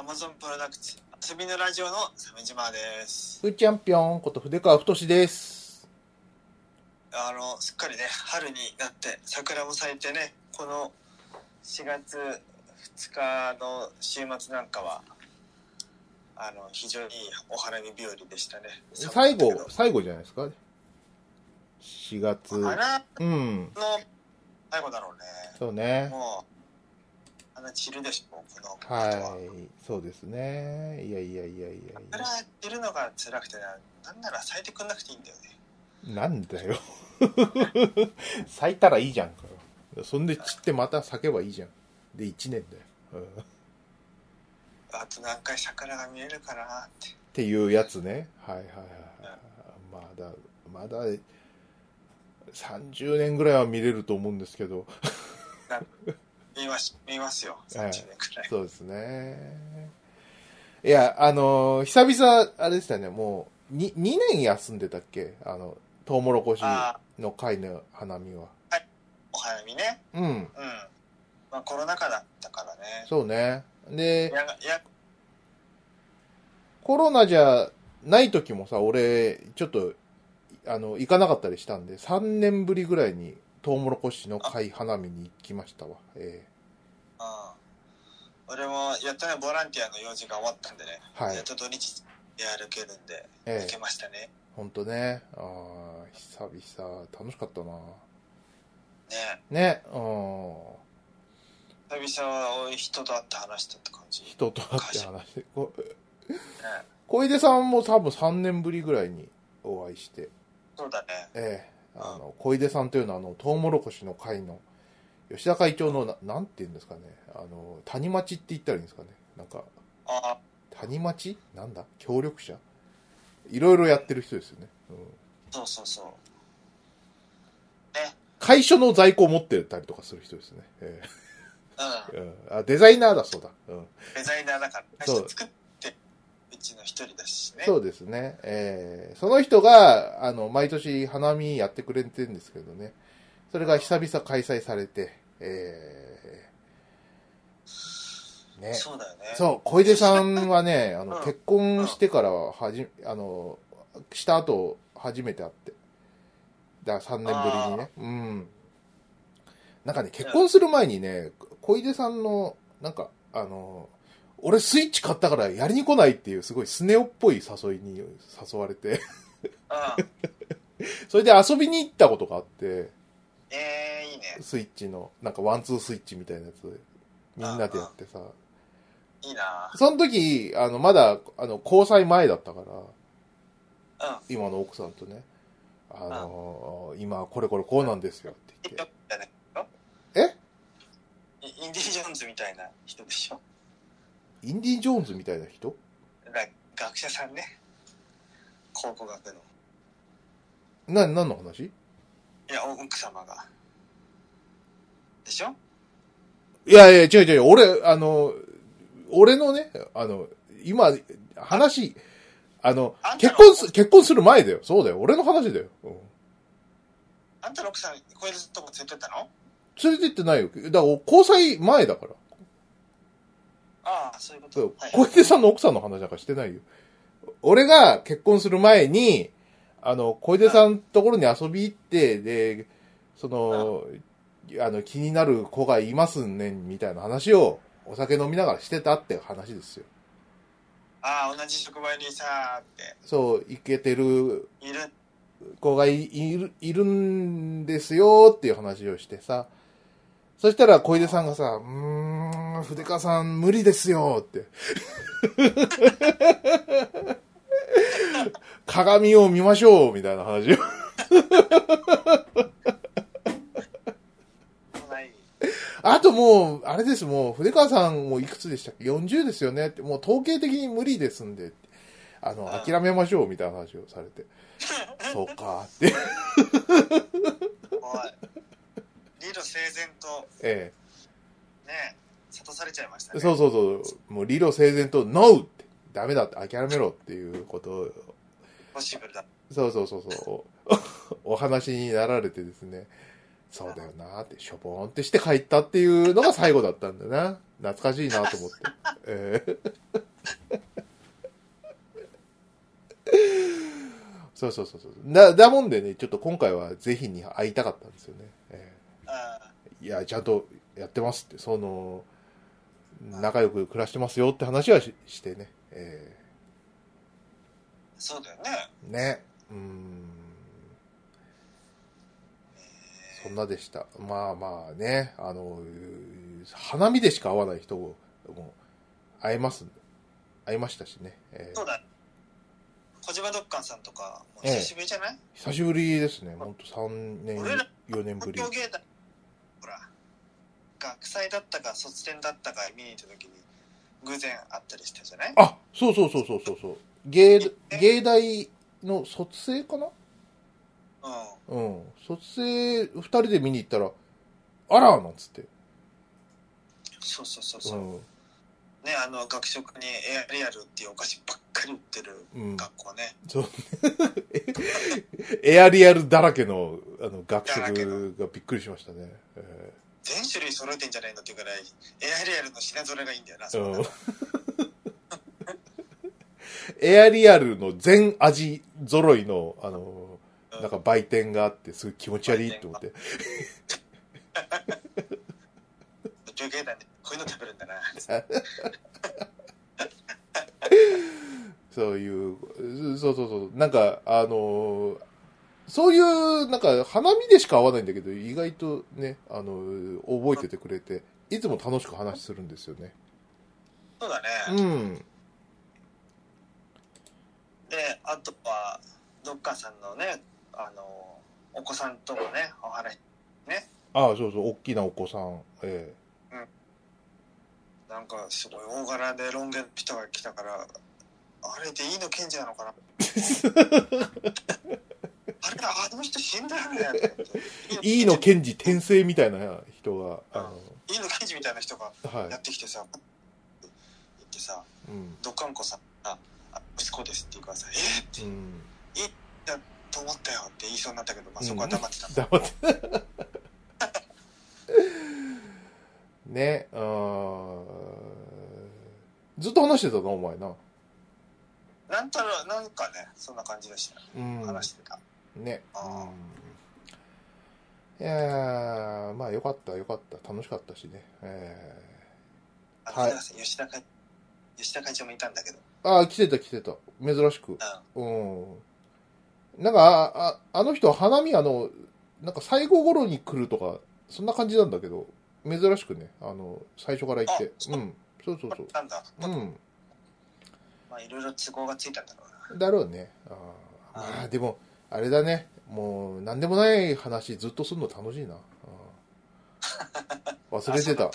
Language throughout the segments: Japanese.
Amazon プロダクツ遊びのラジオの鮫島です。 ふーチャンピオンこと筆川太です。 すっかりね春になって桜も咲いてね、この4月2日の週末なんかは非常にいいお花見日和でしたね。 最後じゃないですか。4月。 花うん。 の最後だろうね。 そうね。 もう花散るでしょこのはい、そうですね。いや。 桜散るのが辛くてなんなら咲いてくんなくていいんだよね。 なんだよ。咲いたらいいじゃんかよ。そんで散ってまた咲けばいいじゃん。で1年だよ。 あと何回桜が見えるかなっていうやつね。はい。まだ30年ぐらいは見れると思うんですけど。 見ますよ、30年くらい。 そうですね。いや、久々、あれでしたね、もう、2年休んでたっけトウモロコシの会の花見は。 はい、お花見ね。 うん。 まあコロナ禍だったからね。 そうね。で、コロナじゃない時もさ、俺、ちょっと、行かなかったりしたんで、3年ぶりぐらいにトウモロコシの会花見に行きましたわ。 俺もやっとねボランティアの用事が終わったんでね、 はい、 やっと土日で歩けるんで、行けましたね。 ほんとね。久々楽しかったな。 ね。 久 々は人と会って話したって感じ。 人と会って話して。小出さんも多分3年ぶりぐらいにお会いして。 そうだね。 小出さんというのはトウモロコシの会の吉田会長のなんて言うんですかね、谷町って言ったらいいんですかね、なんか谷町なんだ協力者いろいろやってる人ですよね。 そうね、会所の在庫を持ってたりとかする人ですね。デザイナーだそうだ。 デザイナーだから会社作ってうちの一人だしね。 そうですね。その人が毎年花見やってくれてるんですけどね。それが久々開催されて、ね。 そうだよね。 そう、小出さんはね、結婚してからした後、初めて会って。だから3年ぶりにね。なんかね、結婚する前にね、小出さんの、なんか、俺スイッチ買ったからやりに来ないっていう、すごいスネ夫っぽい誘いに誘われて。それで遊びに行ったことがあって、 いいね。 スイッチの、なんかワンツースイッチみたいなやつ、みんなでやってさ。 いいな。 その時、まだ、交際前だったから、今の奥さんとね、今、これこうなんですよって言って。 インディ・ジョーンズみたいな人でしょ。 インディ・ジョーンズみたいな人？ 学者さんね。考古学の。 何の話？ いや、奥様が。でしょ？ いや、違う。俺のね、今、話、結婚する前だよ。そうだよ。俺の話だよ。 あんたの奥さん、小出とこ連れてったの？ 連れてってないよ。だから、交際前だから。 そういうこと。 小出さんの奥さんの話なんかしてないよ。俺が結婚する前に、小出さんのところに遊び行って、で、気になる子がいますね、みたいな話をお酒飲みながらしてたって話ですよ。 同じ職場にさーって。 そう、イケてる子がいるんですよっていう話をしてさ。そしたら小出さんがさ、筆川さん無理ですよって。鏡を見ましょうみたいな話を。あともう、あれです、もう、筆川さんもいくつでしたっけ ?40 ですよねって、もう統計的に無理ですんで、諦めましょうみたいな話をされて。そうかって。 理路整然と、ね、諭されちゃいましたね。 そう。もう理路整然と、NO! って、ダメだって、諦めろっていうことを。 ポッシブルだ。 そう。お話になられてですね。そうだよなーって、しょぼーんってして帰ったっていうのが最後だったんだな。 懐かしいなと思って。そうそうそうそう。だもんでね、ちょっと今回はぜひに会いたかったんですよね。いや、ちゃんとやってますって、仲良く暮らしてますよって話はしてね。 そうだよね。 ね。そんなでした。まあまあね、花見でしか会わない人も会いましたしね。 そうだ。小島ドッカンさんとか、もう久しぶりじゃない？ 久しぶりですね。ほんと3年、4年ぶり。 東京芸大、ほら、学祭だったか卒展だったか見に行った時に偶然会ったりしたじゃない？ あ、そう。芸大の卒生かな？卒生2人で見に行ったら、あらなんつって。 そう。ね、学食にエアリアルっていうお菓子ばっかり売ってる学校ね。 そう。エアリアルだらけの、学食がびっくりしましたね。 全種類揃えてんじゃないのっていうぐらい、エアリアルの品揃えがいいんだよな、 エアリアルの全味揃いの、なんか売店があって、すごい気持ち悪いって思って。 東京芸大でこういうの食べるんだな。 そういう、そう。なんか、そういう、なんか、花見でしか会わないんだけど、意外とね、覚えててくれて、いつも楽しく話するんですよね。 そうだね。で、あとは、どっかさんのね、お子さんともね、お話ね。 ああ、そう、大きなお子さん。 なんか、すごい大柄でロン毛の人が来たから、あれで飯野健二なのかなあれだ、あの人死んだよね。 飯野健二転生みたいな人が、 飯野健二みたいな人がやってきてさ、言ってさ、ドッカンコさん、息子ですって言うからさ、って、いいだと思ったよって言いそうになったけど、まあそこは黙ってたんだ。黙って。 ね、ずっと話してたのお前な。 なんかね、そんな感じでした。話してた。 ね。いやまあよかった。楽しかったしね。 吉田会長もいたんだけど。 ああ、来てた。珍しく。なんか、あの人は花見なんか最後頃に来るとか、そんな感じなんだけど、珍しくね、最初から行って。そう。 なんだ。まあいろいろ都合がついたんだろうな。 だろうね。まあでも、あれだね。もう、なんでもない話ずっとするの楽しいな。忘れてた。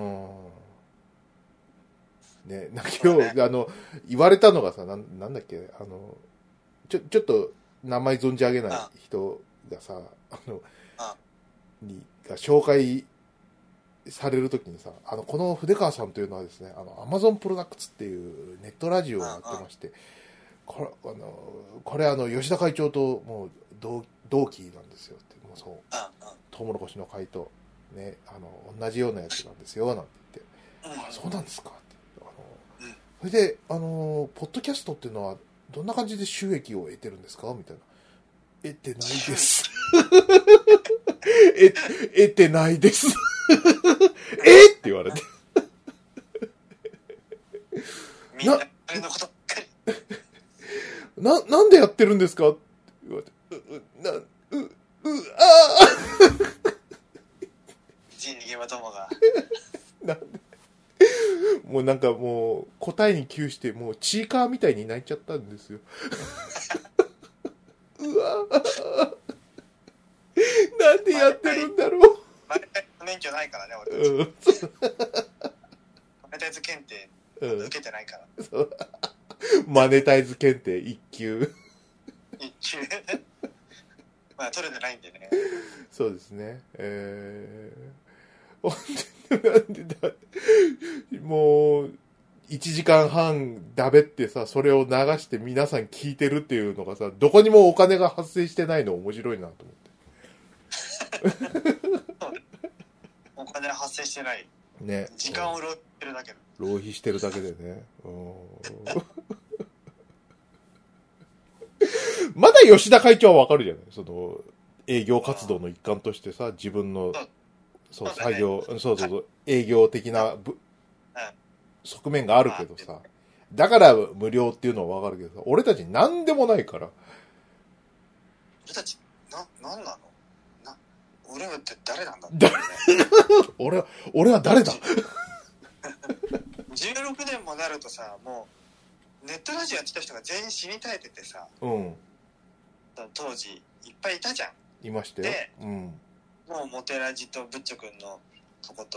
ね、なんか今日、言われたのがさ、なんだっけ、ちょっと名前存じ上げない人がさ、が紹介されるときにさ、この筆川さんというのはですね、アマゾンプロダクツっていうネットラジオをやってまして、これ吉田会長ともう同期なんですよって、もうそう、トウモロコシの会と、ね、同じようなやつなんですよ、なんて言って、あ、そうなんですかって。それで、ポッドキャストっていうのは、どんな感じで収益を得てるんですかみたいな。得てないです。得てないです。って言われて。 みんな、あれのことばっかり。 なんでやってるんですかって言われて。 人力馬友が。 なんでもうなんかもう答えに窮してもうチーカーみたいに泣いちゃったんですよ。うわなんでやってるんだろう。 免許ないからね、俺。マネタイズ検定受けてないから。 マネタイズ検定1級。 まあ取れてないんでね。 そうですね。もう1時間半だべってさ、それを流して皆さん聞いてるっていうのがさ、どこにもお金が発生してないの面白いなと思って。 お金発生してない。 ね。 時間を浪費しててるだけだ。 浪費してるだけでね。まだ吉田会長はわかるじゃない。その、営業活動の一環としてさ、自分の、そう、作業、そうそうそう、営業的な側面があるけどさ。だから無料っていうのはわかるけどさ、俺たち何でもないから。 俺たち、なんなの俺はって誰なんだ俺は誰だ 16年もなるとさ、もう、ネットラジオやってた人が全員死に絶えててさ、 うん。 当時、いっぱいいたじゃん。 いましたよ。 で、 うん。 もうモテラジとブッチョくんのとこと、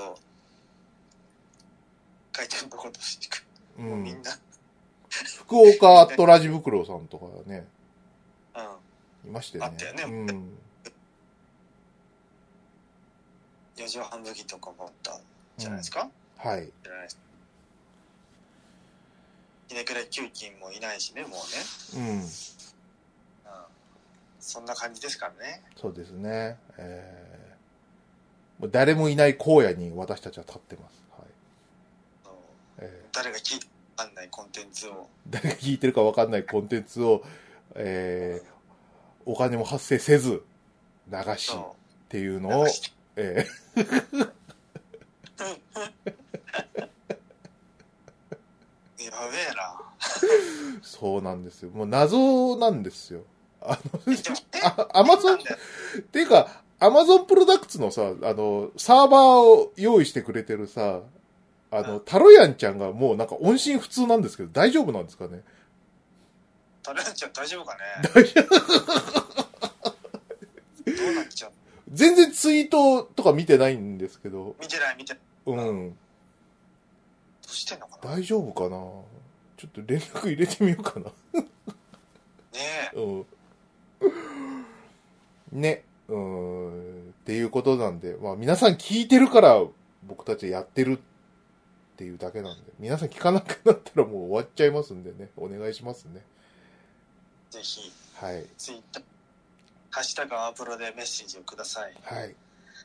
会長のとことしか、もうみんな。 福岡アットラジ袋さんとかね。 うん。 いましたよね。 あったよね。 うん。 4畳半武器とかもあったじゃないですか、 はい。 じゃないですか。ひねくれ給金もいないしね、もうね。そんな感じですからね。 そうですね。もう誰もいない荒野に私たちは立ってます。はい。 誰が聞いてわかんないコンテンツを。 誰が聞いてるかわかんないコンテンツを、お金も発生せず、流しっていうのを、やべえな。 そうなんですよ。もう謎なんですよ。アマゾン、っていうか、アマゾンプロダクツのさ、サーバーを用意してくれてるさ、タロヤンちゃんがもうなんか音信不通なんですけど、大丈夫なんですかね？ タロヤンちゃん大丈夫かね？ 大丈夫どうなっちゃう？ 全然ツイートとか見てないんですけど。 見てない。 うん。 どうしてんのかな？ 大丈夫かな？ちょっと連絡入れてみようかな。 ねえ。 うん。ね。っていうことなんで、まあ皆さん聞いてるから僕たちやってるっていうだけなんで、皆さん聞かなくなったらもう終わっちゃいますんでね、お願いしますね。 ぜひ、 はい。 ツイッター、ハッシュタグアワプロでメッセージをください。 はい。 ね。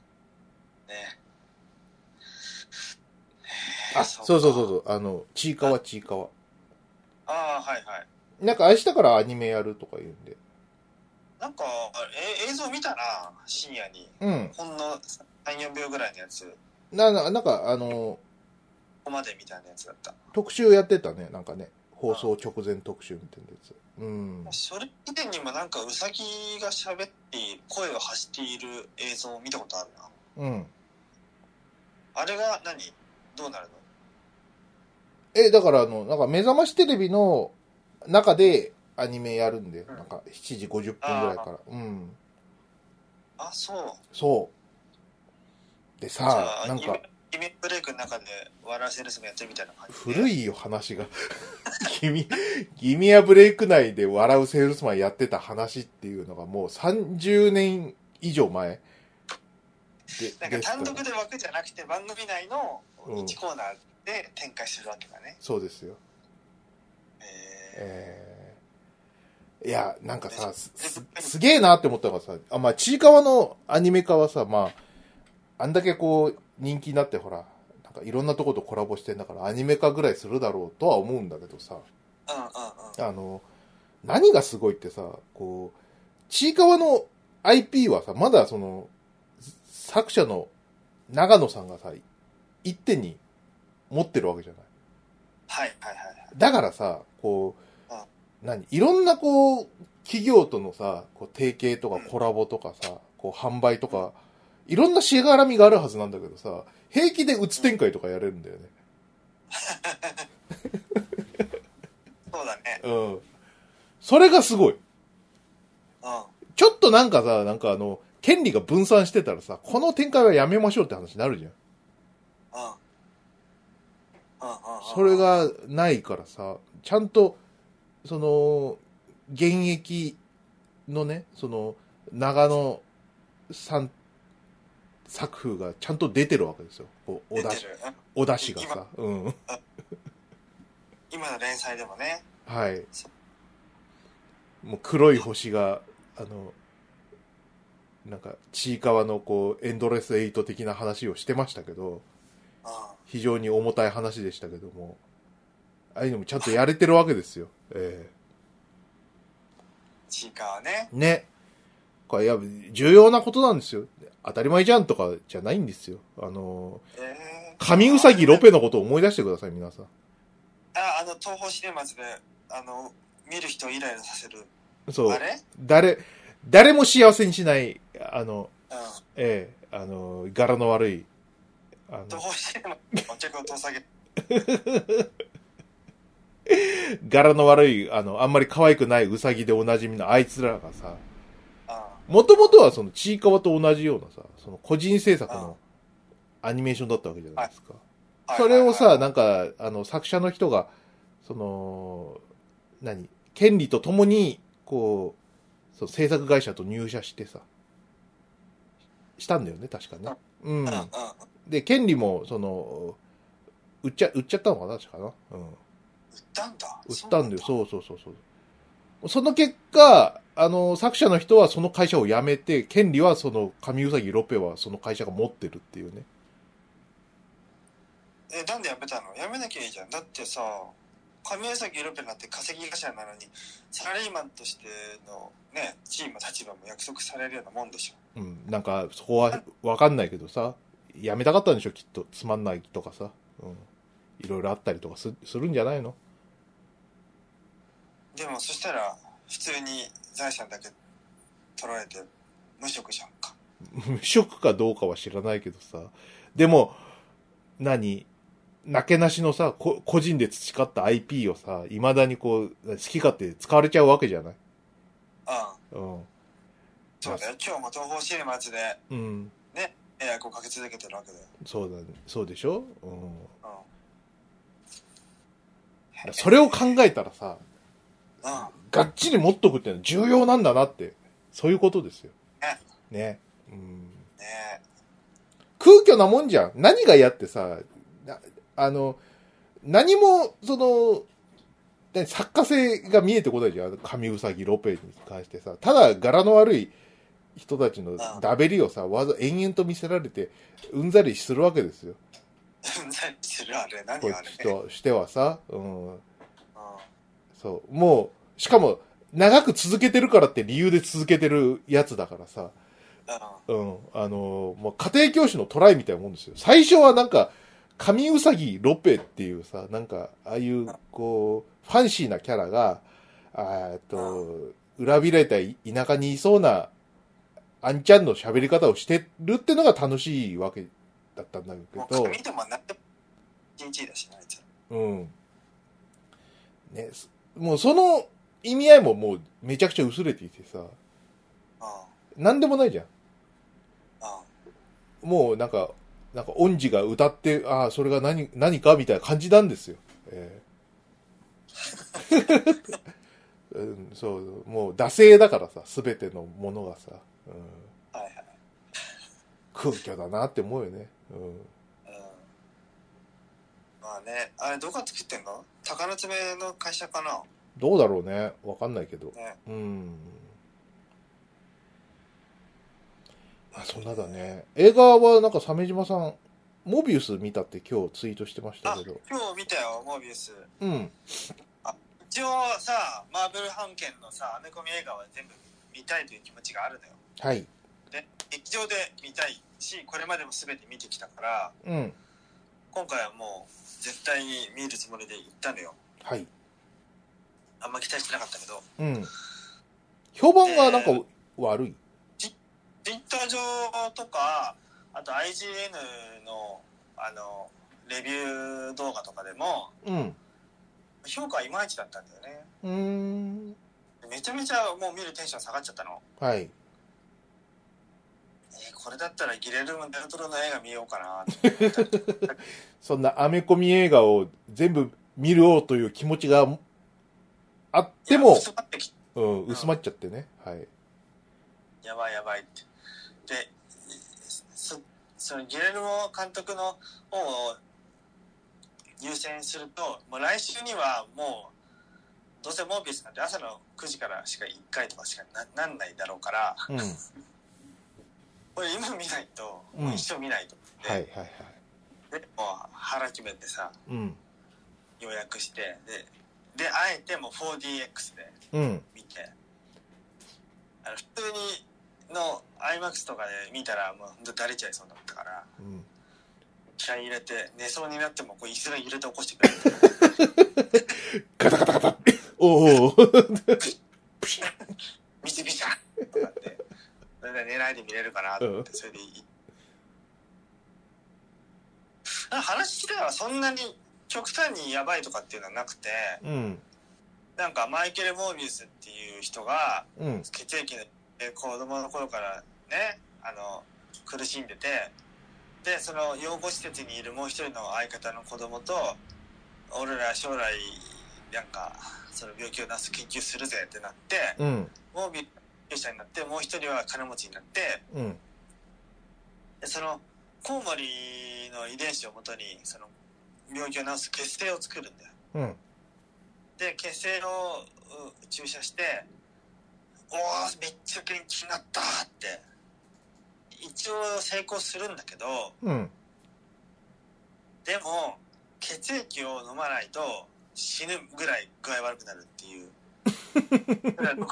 あ、そうちいかわ。 ああ、はいはい。 なんか明日からアニメやるとか言うんで。 なんか、映像見たな、深夜に。 うん。 ほんの3、4秒ぐらいのやつ。 なんか、 ここまでみたいなやつだった。 特集やってたね、なんかね。放送直前特集みたいなやつ。うん。 それ以前にもなんかウサギが喋っている、声を発している映像を見たことあるな。 うん。 あれがどうなるの？ だからなんか目覚ましテレビの中でアニメやるんで、なんか7時50分ぐらいから。うん。 あ、そう。 そう。でさ、なんか。 君ブレイクの中で笑わせるすもやってるみたいな感じ。 古いよ、話が。ギミアブレイク内で笑うセールスマンやってた話っていうのがもう30年以上前で。なんか単独で枠じゃなくて番組内の1コーナーで展開するわけだね。 そうですよ。いや、なんかさ、すげえなって思ったのがさ、まあ、ちいかわのアニメ化はさ、まあ、あんだけこう、人気になってほら、なんかいろんなとことコラボしてんだからアニメ化ぐらいするだろうとは思うんだけどさ、何がすごいってさ、こう、ちいかわの IP はさ、まだその、作者の長野さんがさ、一手に持ってるわけじゃない。 はいはいはい。 だからさ、こう、いろんなこう、企業とのさ、こう提携とかコラボとかさ、こう販売とか、いろんなしがらみがあるはずなんだけどさ、平気でうつ展開とかやれるんだよね。 そうだね。 うん。それがすごい。 うん。 ちょっとなんかさ、なんか権利が分散してたらさ、この展開はやめましょうって話になるじゃん。それがないからさ、ちゃんと、その、現役のね、その、長野さん作風がちゃんと出てるわけですよ。こうお出汁がさ。うん。 今の連載でもね。 はい。もう黒い星が、なんか、ちいかわのこう、エンドレスエイト的な話をしてましたけど、 非常に重たい話でしたけども、ああいうのもちゃんとやれてるわけですよ。 チーカーはね。 ね。これ、いや、重要なことなんですよ。当たり前じゃんとかじゃないんですよ。神うさぎロペのことを思い出してください、皆さん。 東宝シネマズで、見る人をイライラさせる。 そう。 あれ誰も幸せにしない、 うん。 柄の悪い、 東宝シネマズのお客を遠下げ。 柄の悪い、あんまり可愛くないウサギでおなじみのあいつらがさ、 うん。 もともとはそのちいかわと同じようなさ、その個人制作のアニメーションだったわけじゃないですか。それをさ、なんか、作者の人が、その、権利とともに、こう、そう制作会社と入社してさ、したんだよね、確かね。うん。で、権利も、その、売っちゃったのかな、確かな。うん。売ったんだ。 売ったんだよ、そうそうそうそう。その結果、作者の人はその会社を辞めて、権利はその、神うさぎロペはその会社が持ってるっていうね。 なんで辞めたの？辞めなきゃいいじゃん。だってさ、神うさぎロペなんて稼ぎ頭なのに、サラリーマンとしてのね、地位も立場も約束されるようなもんでしょ。 うん、なんか、そこはわかんないけどさ、辞めたかったんでしょ、きっと。つまんないとかさ。うん。いろいろあったりとかするんじゃないの？ でも、そしたら、普通に財産だけ取られて、無職じゃんか。 無職かどうかは知らないけどさ。でも、なけなしのさ、個人で培った IP をさ、未だにこう、好き勝手使われちゃうわけじゃない？うん。 そうだよ。今日も東宝シネマズで、 うん。 ね、迷惑をかけ続けてるわけだよ。 そうだね。そうでしょ？うん。それを考えたらさ、がっちり持っとくっていうのは重要なんだなって、そういうことですよ。ね。うん。 ね。 空虚なもんじゃん。何が嫌ってさ、何も、その、作家性が見えてこないじゃん。神うさぎロペに関してさ。ただ柄の悪い人たちのダベリをさ、延々と見せられて、うんざりするわけですよ。 うんざりするあれ、何あれ。 としてはさ、うん。そう。もう、しかも、長く続けてるからって理由で続けてるやつだからさ。うん。もう家庭教師のトライみたいなもんですよ。最初はなんか、神うさぎロペっていうさ、なんか、ああいう、こう、ファンシーなキャラが、裏開いた田舎にいそうな、あんちゃんの喋り方をしてるってのが楽しいわけだったんだけど。 見てもなって1日だしな、あいつ。 うん。ね、もうその意味合いももうめちゃくちゃ薄れていてさ、なんでもないじゃん。もうなんか恩師が歌って、ああ、それが何かみたいな感じなんですよ。うん、そう、もう惰性だからさ、すべてのものがさ、うん、はいはい、空虚だなって思うよね。 まあね、あれどこが作ってんの？宝爪の会社かな？ どうだろうね。わかんないけど。ね、うん。あ、そんなだね。映画はなんか鮫島さん、モビウス見たって今日ツイートしてましたけど。 今日見たよ、モビウス。 うん。 一応さ、マーベル版権のさ、アメコミ映画は全部見たいという気持ちがあるのよ。 はい。 で、劇場で見たいし、これまでも全て見てきたから、 うん。 今回はもう絶対に見るつもりで行ったのよ。 はい。 あんま期待してなかったけど。 うん。評判がなんか悪い。 ツイッター上とか、あと IGN のレビュー動画とかでも、 うん。 評価はいまいちだったんだよね。 めちゃめちゃもう見るテンション下がっちゃったの。 はい。 これだったらギレルム・デルトロの映画見ようかなそんなアメコミ映画を全部見るようという気持ちがあっても、薄まっちゃってね。はい。 やばいやばいって。で、そのギレルモ監督の方を優先すると、もう来週にはもう、どうせモービウスなんて朝の9時からしか1回とかしかなんないだろうから、うん、これ今見ないと、もう一生見ないと思って、はいはいはい。 でもう腹決めてさ、 うん。 予約して、であえてもう 4DX でうん。 見て、普通にの IMAX とかで見たらもうほんとだれちゃいそうだったから、 うん。 気合い入れて寝そうになってもこう椅子が揺れて起こしてくれる。 ガタガタガタって。おお。 ビシビシャとかって、それで寝ないで見れるかなと思って、それでいい。話自体はそんなに極端にやばいとかっていうのはなくて、 うん。 なんかマイケル・モービウスっていう人が、 うん。 血液で子供の頃からね、苦しんでて、で、その養護施設にいるもう一人の相方の子供と、俺ら将来、なんか、その病気を治す研究するぜってなって、 うん。 モービウス者になって、もう一人は金持ちになって、 うん。 でその、コウモリの遺伝子をもとに、その、病気を治す血清を作るんだよ。 うん。 で、血清を注射して、おー、めっちゃ元気になったって、一応成功するんだけど、 うん。 でも、血液を飲まないと死ぬぐらい具合悪くなるっていう。だから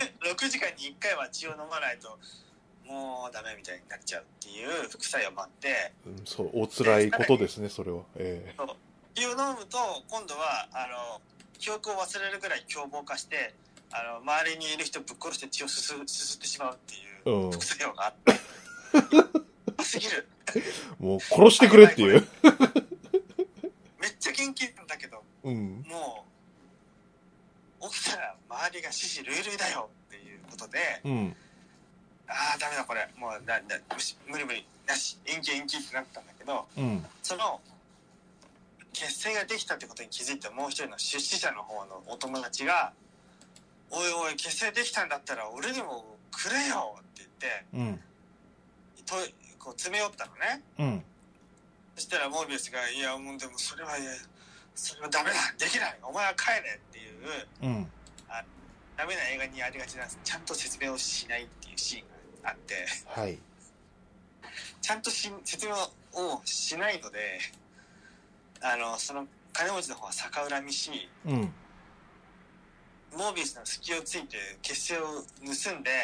6時間に1回は血を飲まないと、もうダメみたいになっちゃうっていう副作用もあって、 うん、そう、お辛いことですね、それは。 そう血を飲むと、今度は、記憶を忘れるぐらい凶暴化して、周りにいる人ぶっ殺して血をすすってしまうっていう副作用があって、やばすぎる。 もう殺してくれっていう。 めっちゃ元気なんだけど、 うん、もう起きたら周りが死死類類だよっていうことで、 うん、 ああダメだこれ、もう無理無理なし、延期ってなったんだけど、 うん、 その血清ができたってことに気づいたもう一人の出資者の方のお友達が、おいおい血清できたんだったら俺にもくれよって言って、 うん、 こう詰め寄ったのね。 うん、 そしたらモービウスが、いやもうでもそれはダメだ、できない、お前は帰れっていう、 うん、 ダメな映画にありがちなんです。ちゃんと説明をしないっていうシーンがあって、 はい、 ちゃんと説明をしないので、その金持ちの方は逆恨みし、 うん、 モービウスの隙をついて血清を盗んで、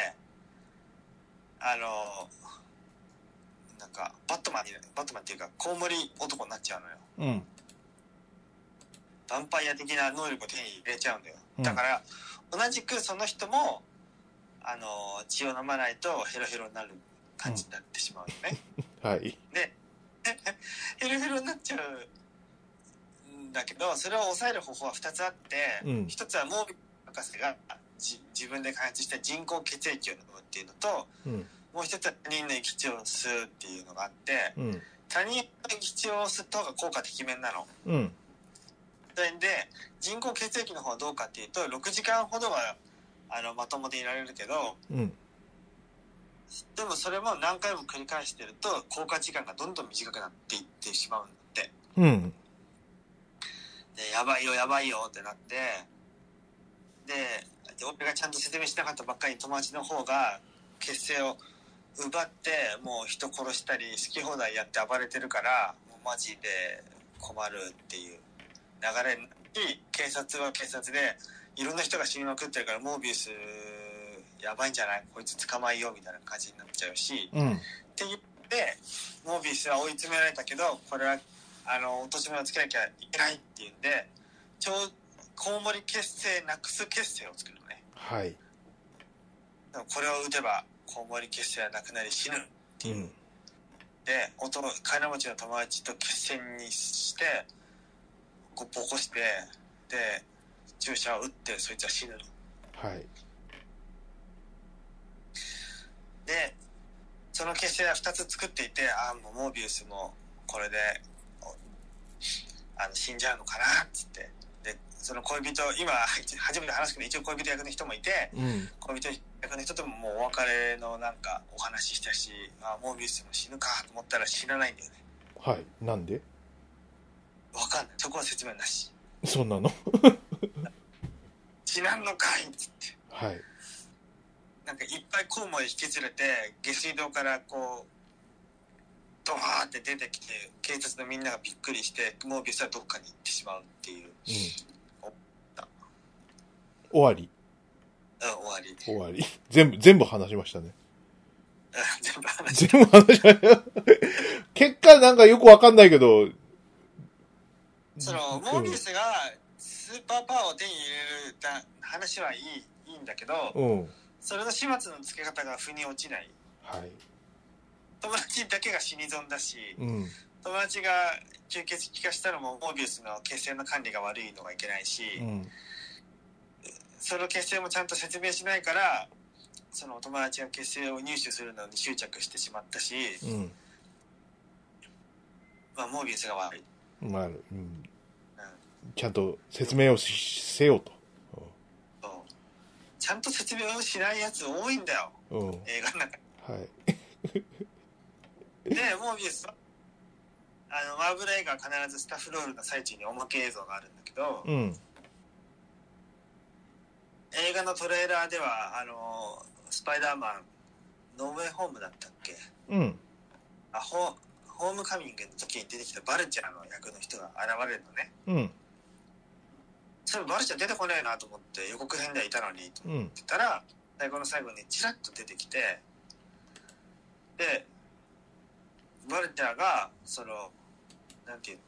なんかバットマンっていうかコウモリ男になっちゃうのよ。 うん、 ヴァンパイア的な能力を手に入れちゃうんだよ。 うん、 だから同じくその人も血を飲まないとヘロヘロになる感じになってしまうのね。 はい。 でヘロヘロになっちゃうんだけど、それを抑える方法は2つあって、 うん、 1つはモービス博士が自分で開発した人工血液を飲むっていうのと、 うん、 もう一つは他人の液血を吸うっていうのがあって、 うん、 他人の液血を吸った方が効果てきめんなの。 うん、 それで人工血液の方はどうかっていうと、6時間ほどはまともでいられるけど、 うん、 でもそれも何回も繰り返してると効果時間がどんどん短くなっていってしまうんだって。 うん、 でやばいよってなって、で俺がちゃんと説明しなかったばっかりに友達の方が血清を奪ってもう人殺したり好き放題やって暴れてるから、もうマジで困るっていう流れに、警察は警察でいろんな人が死にまくってるから、モービウスやばいんじゃない、こいつ捕まえようみたいな感じになっちゃうし、 うん、 って言ってモービウスは追い詰められたけど、これは落とし前をつけなきゃいけないっていうんで、コウモリ血清なくす血清を作るのね。 はい。 これを打てばコウモリ血清はなくなり死ぬっていう、うん、で金持ちの友達と血栓にしてこうボコして、で注射を打ってそいつは死ぬの。 はい。 でその血清は2つ作っていて、もうモービウスもこれで死んじゃうのかなっつって、でその恋人、今初めて話すけど一応恋人役の人もいて、 うん、 恋人役の人とももうお別れのなんかお話ししたし、モービウスも死ぬかと思ったら死なないんだよね。 はい。なんで？ わかんない。そこは説明なし。 そんなの？ 死なんのかいっつって。 はい。 なんかいっぱいコウモリ引き連れて下水道からこうドワーって出てきて警察のみんながびっくりしてモービウスはどっかに行ってしまうっていう、 終わり。 終わり全部話しましたね。 全部話しました。結果なんかよくわかんないけど、 そのモービウスがスーパーパワーを手に入れる話はいいんだけど、それの始末のつけ方が腑に落ちない。 はい。 友達だけが死に損だし、友達が吸血鬼化したのもモービウスの血清の管理が悪いのがいけないし、その血清もちゃんと説明しないからその友達が血清を入手するのに執着してしまったし、まあモービウスが悪い。 ちゃんと説明をせよと。 ちゃんと説明をしないやつ多いんだよ、映画の中に。でモービウスはマーブル映画は必ずスタッフロールの最中におまけ映像があるんだけど、映画のトレーラーではスパイダーマンノーウェイホームだったっけ、ホームカミングの時に出てきたバルチャーの役の人が現れるのね。それバルチャー出てこねえなと思って予告編ではいたのにと思ってたら、最後の最後にチラッと出てきて、でバルチャーがそのなんていう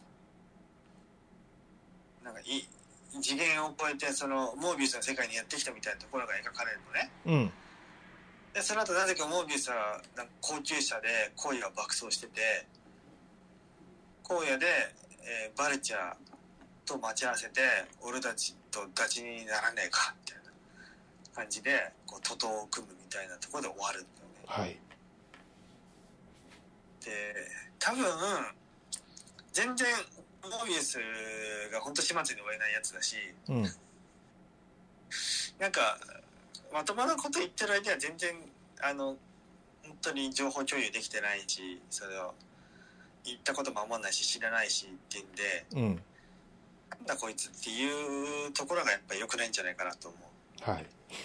の、なんか次元を超えてそのモービウスの世界にやってきたみたいなところが描かれるのね。でその後なぜかモービウスはなんか高級車で荒野が爆走してて、荒野で、バルチャーと待ち合わせて俺たちとダチにならねえかみたいな感じでこう徒党を組むみたいなところで終わるんだよね。で多分全然モービウスが本当始末に追えないやつだし、なんかまともなこと言ってる間は全然本当に情報共有できてないし、それを言ったこと守んないし知らないしっていうんで、なんだこいつっていうところがやっぱり良くないんじゃないかなと思う。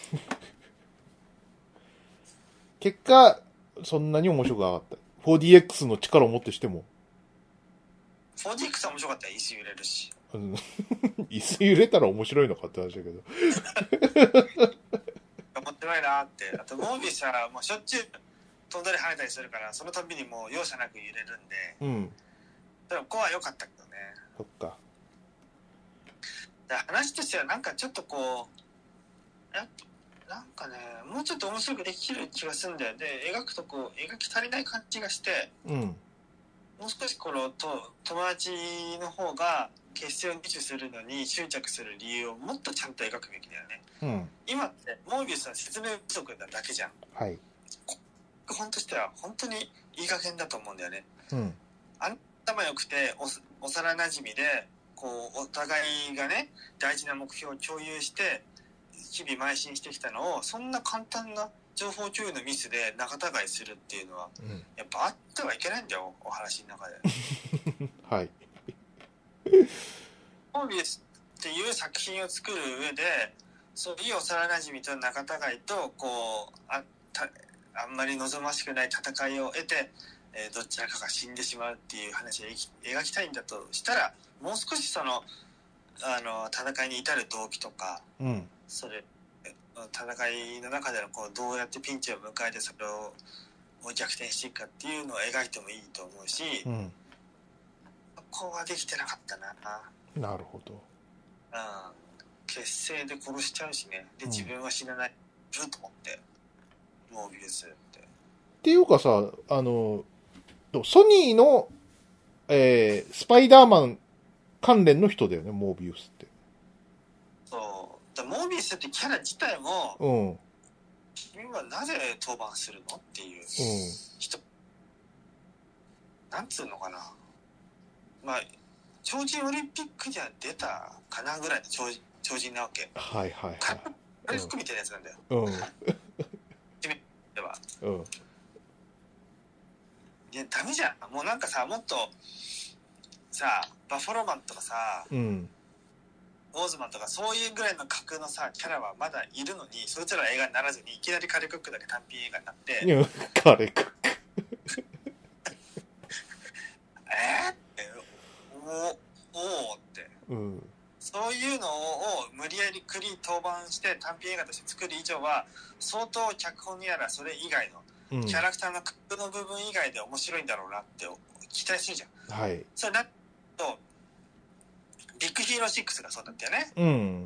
結果そんなに面白くなかった。 4DX の力をもってしても 4DX は面白かったよ。椅子揺れるし椅子揺れたら面白いのかって話だけど思ってないなって。あとモービウスはもうしょっちゅう飛んだり跳ねたりするから、そのたびにもう容赦なく揺れるんで、でもここは良かったけどね。 そっか。 話としてはなんかちょっとこうなんかね、もうちょっと面白くできる気がするんだよ。で描くとこ描き足りない感じがして、もう少しこの友達の方が血清を入手するのに執着する理由をもっとちゃんと描くべきだよね。今ってモービウスは説明不足なだけじゃん。本としては本当にいい加減だと思うんだよね。頭良くて幼なじみでこうお互いがね大事な目標を共有して日々邁進してきたのを、そんな簡単な情報共有のミスで仲違いするっていうのは、やっぱあってはいけないんだよ、お話の中で。モービウスっていう作品を作る上で、そういう幼なじみと仲違いとこうあんまり望ましくない戦いを得て、どちらかが死んでしまうっていう話を描きたいんだとしたら、もう少しその戦いに至る動機とか、それ戦いの中でのこうどうやってピンチを迎えてそれを逆転していくかっていうのを描いてもいいと思うし、そこはできてなかったな。 なるほど。 結成で殺しちゃうしね。で自分は死なないと思ってモービウスっていうかさ、ソニーの、スパイダーマン関連の人だよね、モービウスって。 そうだ、モービウスってキャラ自体も、君はなぜ登板するのっていう人、なんつうのかな、まあ超人オリンピックには出たかなぐらいの超人なわけ。軽くみたいなやつなんだよ。では。いやダメじゃん。もうなんかさ、もっとさ、バファローマンとかさ、オーズマンとかそういうぐらいの格のさキャラはまだいるのに、そいつら映画にならずにいきなりカレークックだけ単品映画になって。 カレークック 。 うん。 そういうのを無理やり当番して短編映画として作る以上は、相当脚本やらそれ以外の、キャラクターの工夫の部分以外で面白いんだろうなって期待するじゃん。 はい。 それだと、ビッグヒーロー6がそうだったよね。 うん。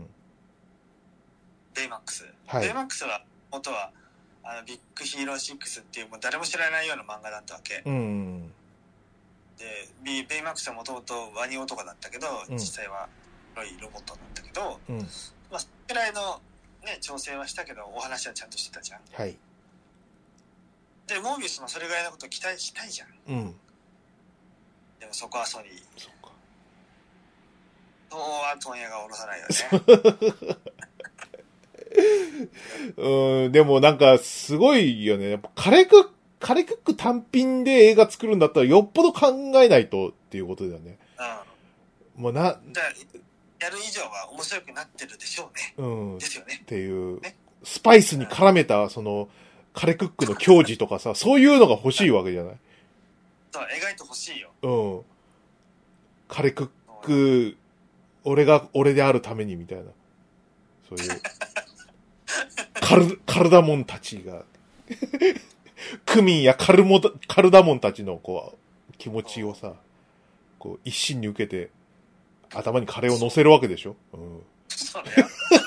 ベイマックス。 はい。 ベイマックスは、元は、ビッグヒーロー6っていうもう誰も知らないような漫画だったわけ。 うん。 で、ベイマックスはもともとワニ男だったけど、実際は黒いロボットだったけど、まあ、それくらいのね、調整はしたけど、お話はちゃんとしてたじゃん。 はい。 で、モービウスもそれぐらいのことを期待したいじゃん。 うん。 でもそこはソニー。 そっか。 そうは問屋が下ろさないよね。でもなんかすごいよね。やっぱカレクック単品で映画作るんだったらよっぽど考えないとっていうことだよね。 うん。 もうやる以上は面白くなってるでしょうね。 うん。 ですよね。 っていう、 ね、 スパイスに絡めた、その、カレクックの矜持とかさ、そういうのが欲しいわけじゃない？ そう、描いてほしいよ。 うん。カレクック、俺であるためにみたいな。そういう、カルダモンたちが、クミンやカルダモンたちのこう、気持ちをさ、こう、一身に受けて、頭にカレーを乗せるわけでしょ？うん。 そうだよ。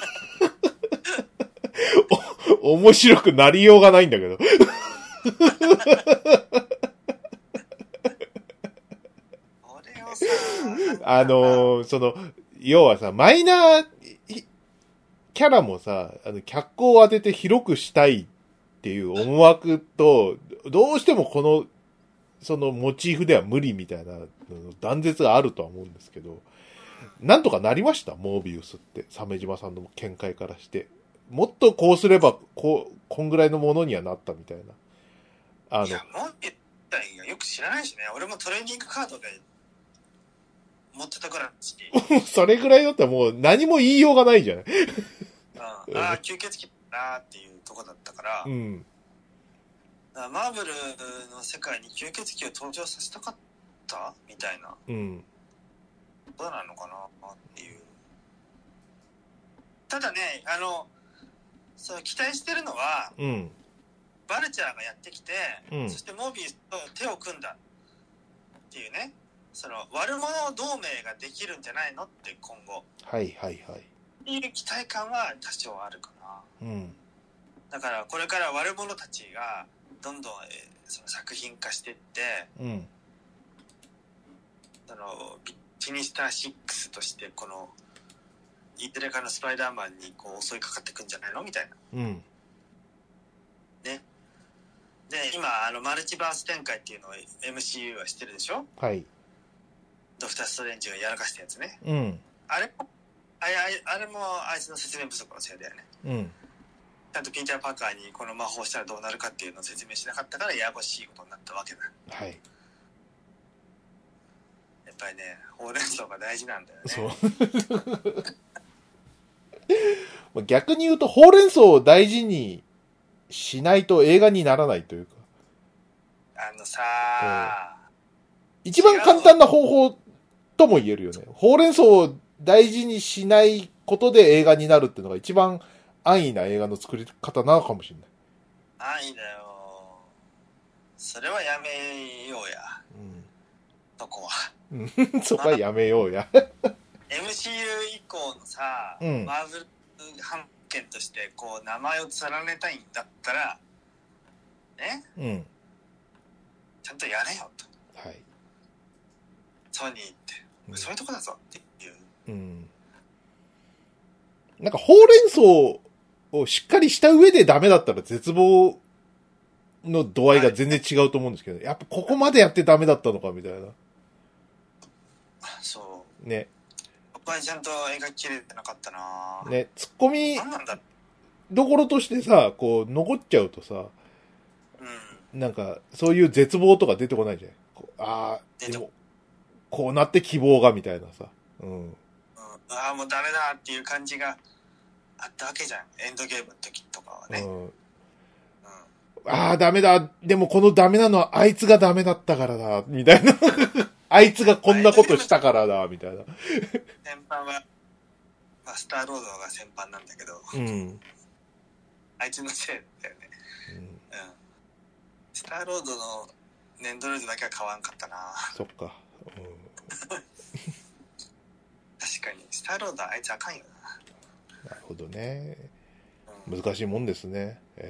面白くなりようがないんだけど。その、要はさ、マイナーキャラもさ、脚光を当てて広くしたいっていう思惑と、どうしてもこの、そのモチーフでは無理みたいな断絶があるとは思うんですけど、なんとかなりましたモービウスって、鮫島さんの見解からして。もっとこうすれば、こんぐらいのものにはなったみたいな。 いや、モービウスがよく知らないしね。俺もトレーニングカードで持ってたからし。 それぐらいだったらもう何も言いようがないじゃない。 ああ、吸血鬼だなっていうとこだったから、 うん。 マーブルの世界に吸血鬼を登場させたかったみたいな。 うん。 どうなのかなっていう。ただね、そう期待してるのは、 うん、 バルチャーがやってきて、 うん、 そしてモービウスと手を組んだっていうね、その悪者同盟ができるんじゃないのって今後。 はいはいはい。 っていう期待感は多少あるかな。うん。 だからこれから悪者たちがどんどん、その作品化していって、 うん。 そのシニスター6としてこのいずれかのスパイダーマンにこう襲いかかってくんじゃないのみたいな。 うん。 ね。で、今、マルチバース展開っていうのを MCU はしてるでしょ？ はい。 ドクター・ストレンジがやらかしたやつね。 うん。 あれもあいつの説明不足のせいだよね。 うん。 ちゃんとピーター・パーカーにこの魔法したらどうなるかっていうのを説明しなかったからややこしいことになったわけだ。 はい。 やっぱりね、ほうれん草が大事なんだよね。 そう。逆に言うと、ほうれん草を大事にしないと映画にならないというか。一番簡単な方法とも言えるよね。ほうれん草を大事にしないことで映画になるっていうのが一番安易な映画の作り方なのかもしれない。 安易だよ。それはやめようや。うん。そこは。 そこはやめようや。 MCU 以降のさ、マーブル版権としてこう名前を連ねたいんだったら、ね。うん。ちゃんとやれよと。はい。ソニーって、そういうとこだぞっていう。うん。 なんかほうれん草をしっかりした上でダメだったら絶望の度合いが全然違うと思うんですけど、やっぱここまでやってダメだったのかみたいな。 そう。 ね。 ここはちゃんと描ききれてなかったな。 ね、ツッコミどころとしてさ、こう残っちゃうとさ、うん、なんかそういう絶望とか出てこないじゃん。ああ、でもこうなって希望がみたいなさ。うん。 ああ、もうダメだっていう感じがあったわけじゃん。エンドゲームの時とかはね。うん。 ああ、ダメだ。でもこのダメなのはあいつがダメだったからだ。みたいな。 あいつがこんなことしたからだ、みたいな。 先般は、まあ、スターロードが先般なんだけど、 うん。 あいつのせいだよね。うん。スターロードのネンドロイドだけは買わんかったな。 そっか。 確かに、スターロードはあいつあかんよなるほどね。 な。 難しいもんですね。 ね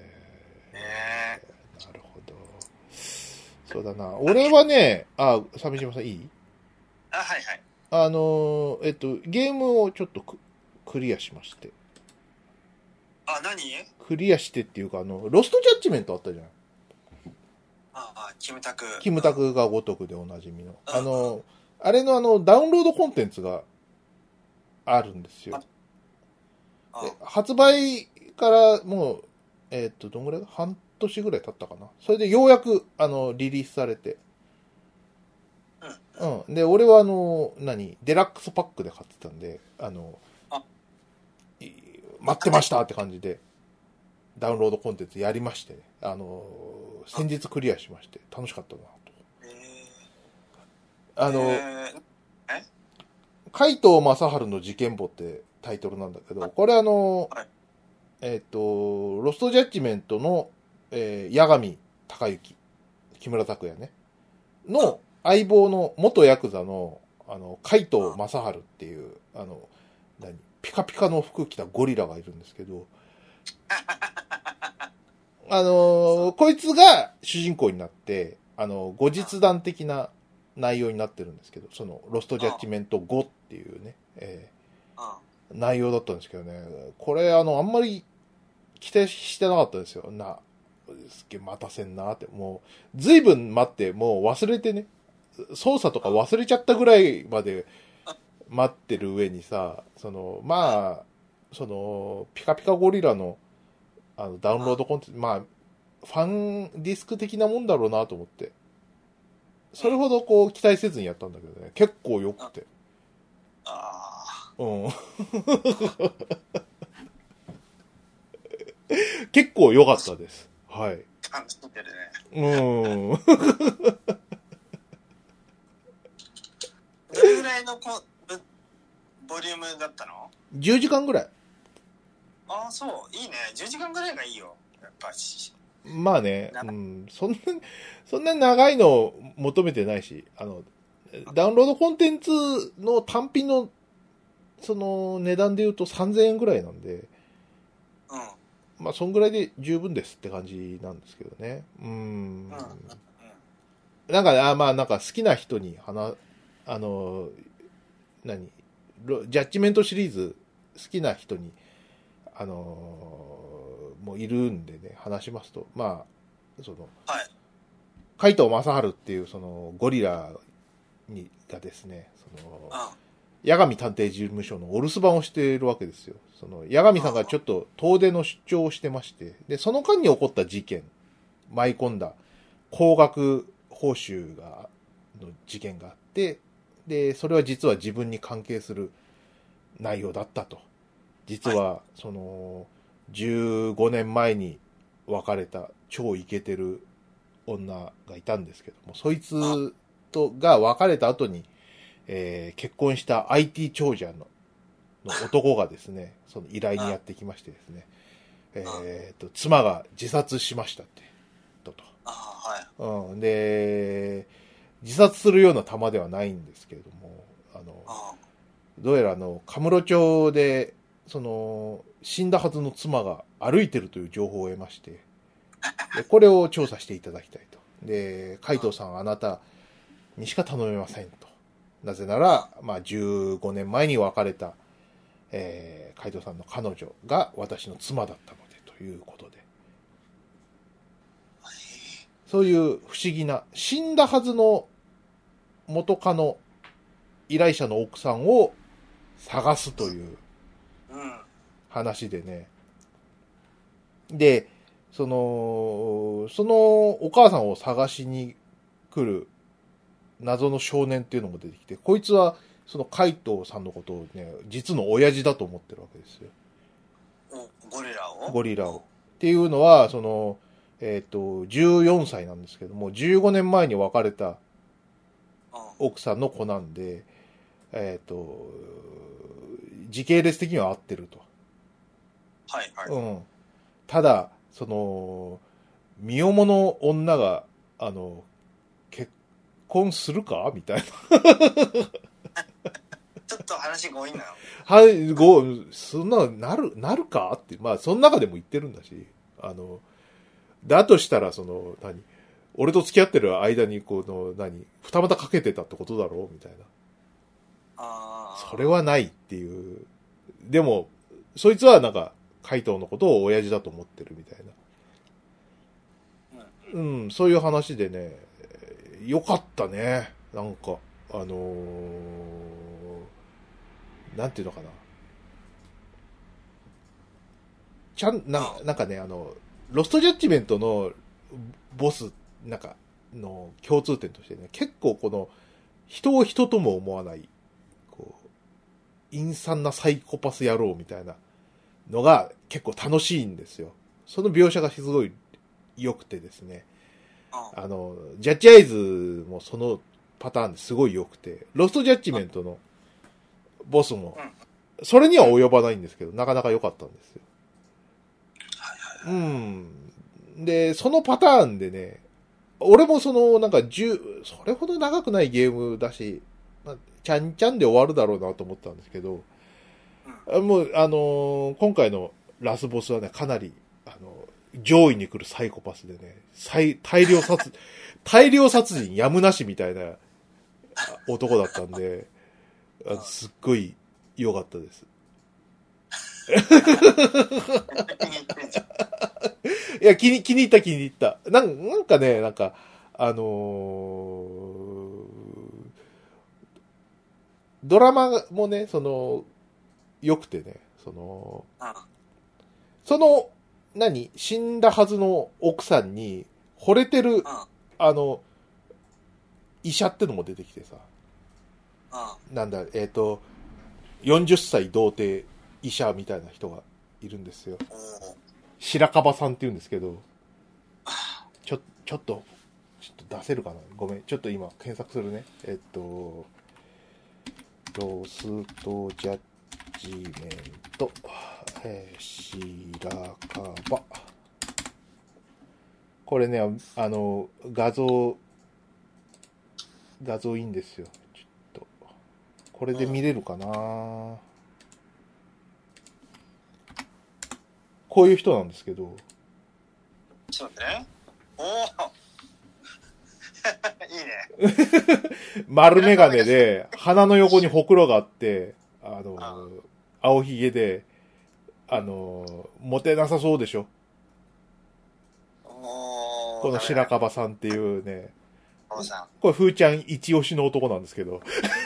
なるほど。そうだな。俺はね、鮫島さんいい？ はいはい。 ゲームをちょっとクリアしまして。 何？ クリアしてっていうか、ロストジャッジメントあったじゃん。 キムタク。 キムタクが如くでおなじみの。あれのダウンロードコンテンツがあるんですよ。で発売からもう、どんぐらい半年ぐらい経ったかな。それでようやく、リリースされて。うん。で、俺はデラックスパックで買ってたんで、待ってましたって感じで、ダウンロードコンテンツやりましてね。先日クリアしまして、楽しかったなと。海藤正治の事件簿ってタイトルなんだけど、これロストジャッジメントの、八神隆之、木村拓哉ね、の相棒の元ヤクザの、海藤正治っていう、ピカピカの服着たゴリラがいるんですけど、こいつが主人公になって、後日談的な内容になってるんですけど、その、ロストジャッジメント5っていうね、内容だったんですけどね、これ、あんまり期待してなかったですよ。すっげえ待たせんなって、もう、ずいぶん待って、もう忘れてね、操作とか忘れちゃったぐらいまで待ってる上にさ、ピカピカゴリラの、ダウンロードコンテンツ、ファンディスク的なもんだろうなと思って。それほどこう期待せずにやったんだけどね、結構良くて。うん。結構良かったです。はい。 楽しんでるね。 どれぐらいのボリュームだったの ？10時間ぐらい。 そう、いいね。10時間ぐらいがいいよ。やっぱし。 まあね、そんなに長いの求めてないし、ダウンロードコンテンツの単品の、その値段で言うと3000円ぐらいなんで、まあ、そんぐらいで十分ですって感じなんですけどね。なんか、なんか好きな人にジャッジメントシリーズ好きな人に、もういるんでね、話しますと、海藤正治っていうそのゴリラがですね、八神探偵事務所のお留守番をしているわけですよ。その八神さんがちょっと遠出の出張をしてまして、で、その間に起こった事件、舞い込んだ高額報酬の事件があって、で、それは実は自分に関係する内容だったと。実は、15年前に別れた超イケてる女がいたんですけども、そいつが別れた後に、結婚した IT 長者の男がですね、その依頼にやってきましてですね、妻が自殺しましたって、で、自殺するような玉ではないんですけれども、どうやらカムロ町で、死んだはずの妻が歩いてるという情報を得まして、でこれを調査していただきたいと。で、海藤さんあなたにしか頼めませんと。なぜなら、15年前に別れた、海藤さんの彼女が私の妻だったので、ということで。そういう不思議な、死んだはずの元カノ、依頼者の奥さんを探すという話でね。で、そのお母さんを探しに来る謎の少年っていうのも出てきて、こいつはその海藤さんのことをね、実の親父だと思ってるわけですよ。 ゴリラをっていうのは、14歳なんですけども、15年前に別れた奥さんの子なんで、時系列的には合ってると。 はいはい。 うん。ただ、身重の女が、結婚するかみたいな。 ちょっと話強引なの。 はい、そんな、なるかって、まあ、その中でも言ってるんだし、だとしたら、俺と付き合ってる間に、二股かけてたってことだろうみたいな。それはないっていう。でも、そいつはなんか、怪盗のことを親父だと思ってるみたいな。うん、そういう話でね、よかったね。なんか、なんていうのかな。なんかね、ロストジャッジメントのボス、なんか、の共通点としてね、結構人を人とも思わない、陰惨なサイコパス野郎みたいなのが結構楽しいんですよ。その描写がすごい良くてですね。ジャッジアイズもそのパターンですごい良くて、ロストジャッジメントのボスも、それには及ばないんですけど、なかなか良かったんですよ。うん。で、そのパターンでね、俺もそれほど長くないゲームだし、ちゃんちゃんで終わるだろうなと思ったんですけど、もう、今回のラスボスはね、かなり、上位に来るサイコパスでね、大量殺人やむなしみたいな男だったんで、すっごい良かったです。いや、気に入った。なんかね、ドラマもね、良くてね、死んだはずの奥さんに惚れてる、医者ってのも出てきてさ、なんだ、40歳童貞医者みたいな人がいるんですよ。白樺さんって言うんですけど、ちょっと出せるかな、ごめん。ちょっと今検索するね。ロストジャッジメント、白樺。これね、画像いいんですよ。ちょっと、これで見れるかな。こういう人なんですけど。 ちょっとね。おおいいね。 丸メガネで、鼻の横にほくろがあって、青ひげで、モテなさそうでしょ。この白樺さんっていうね。これ、ふーちゃん一押しの男なんですけど。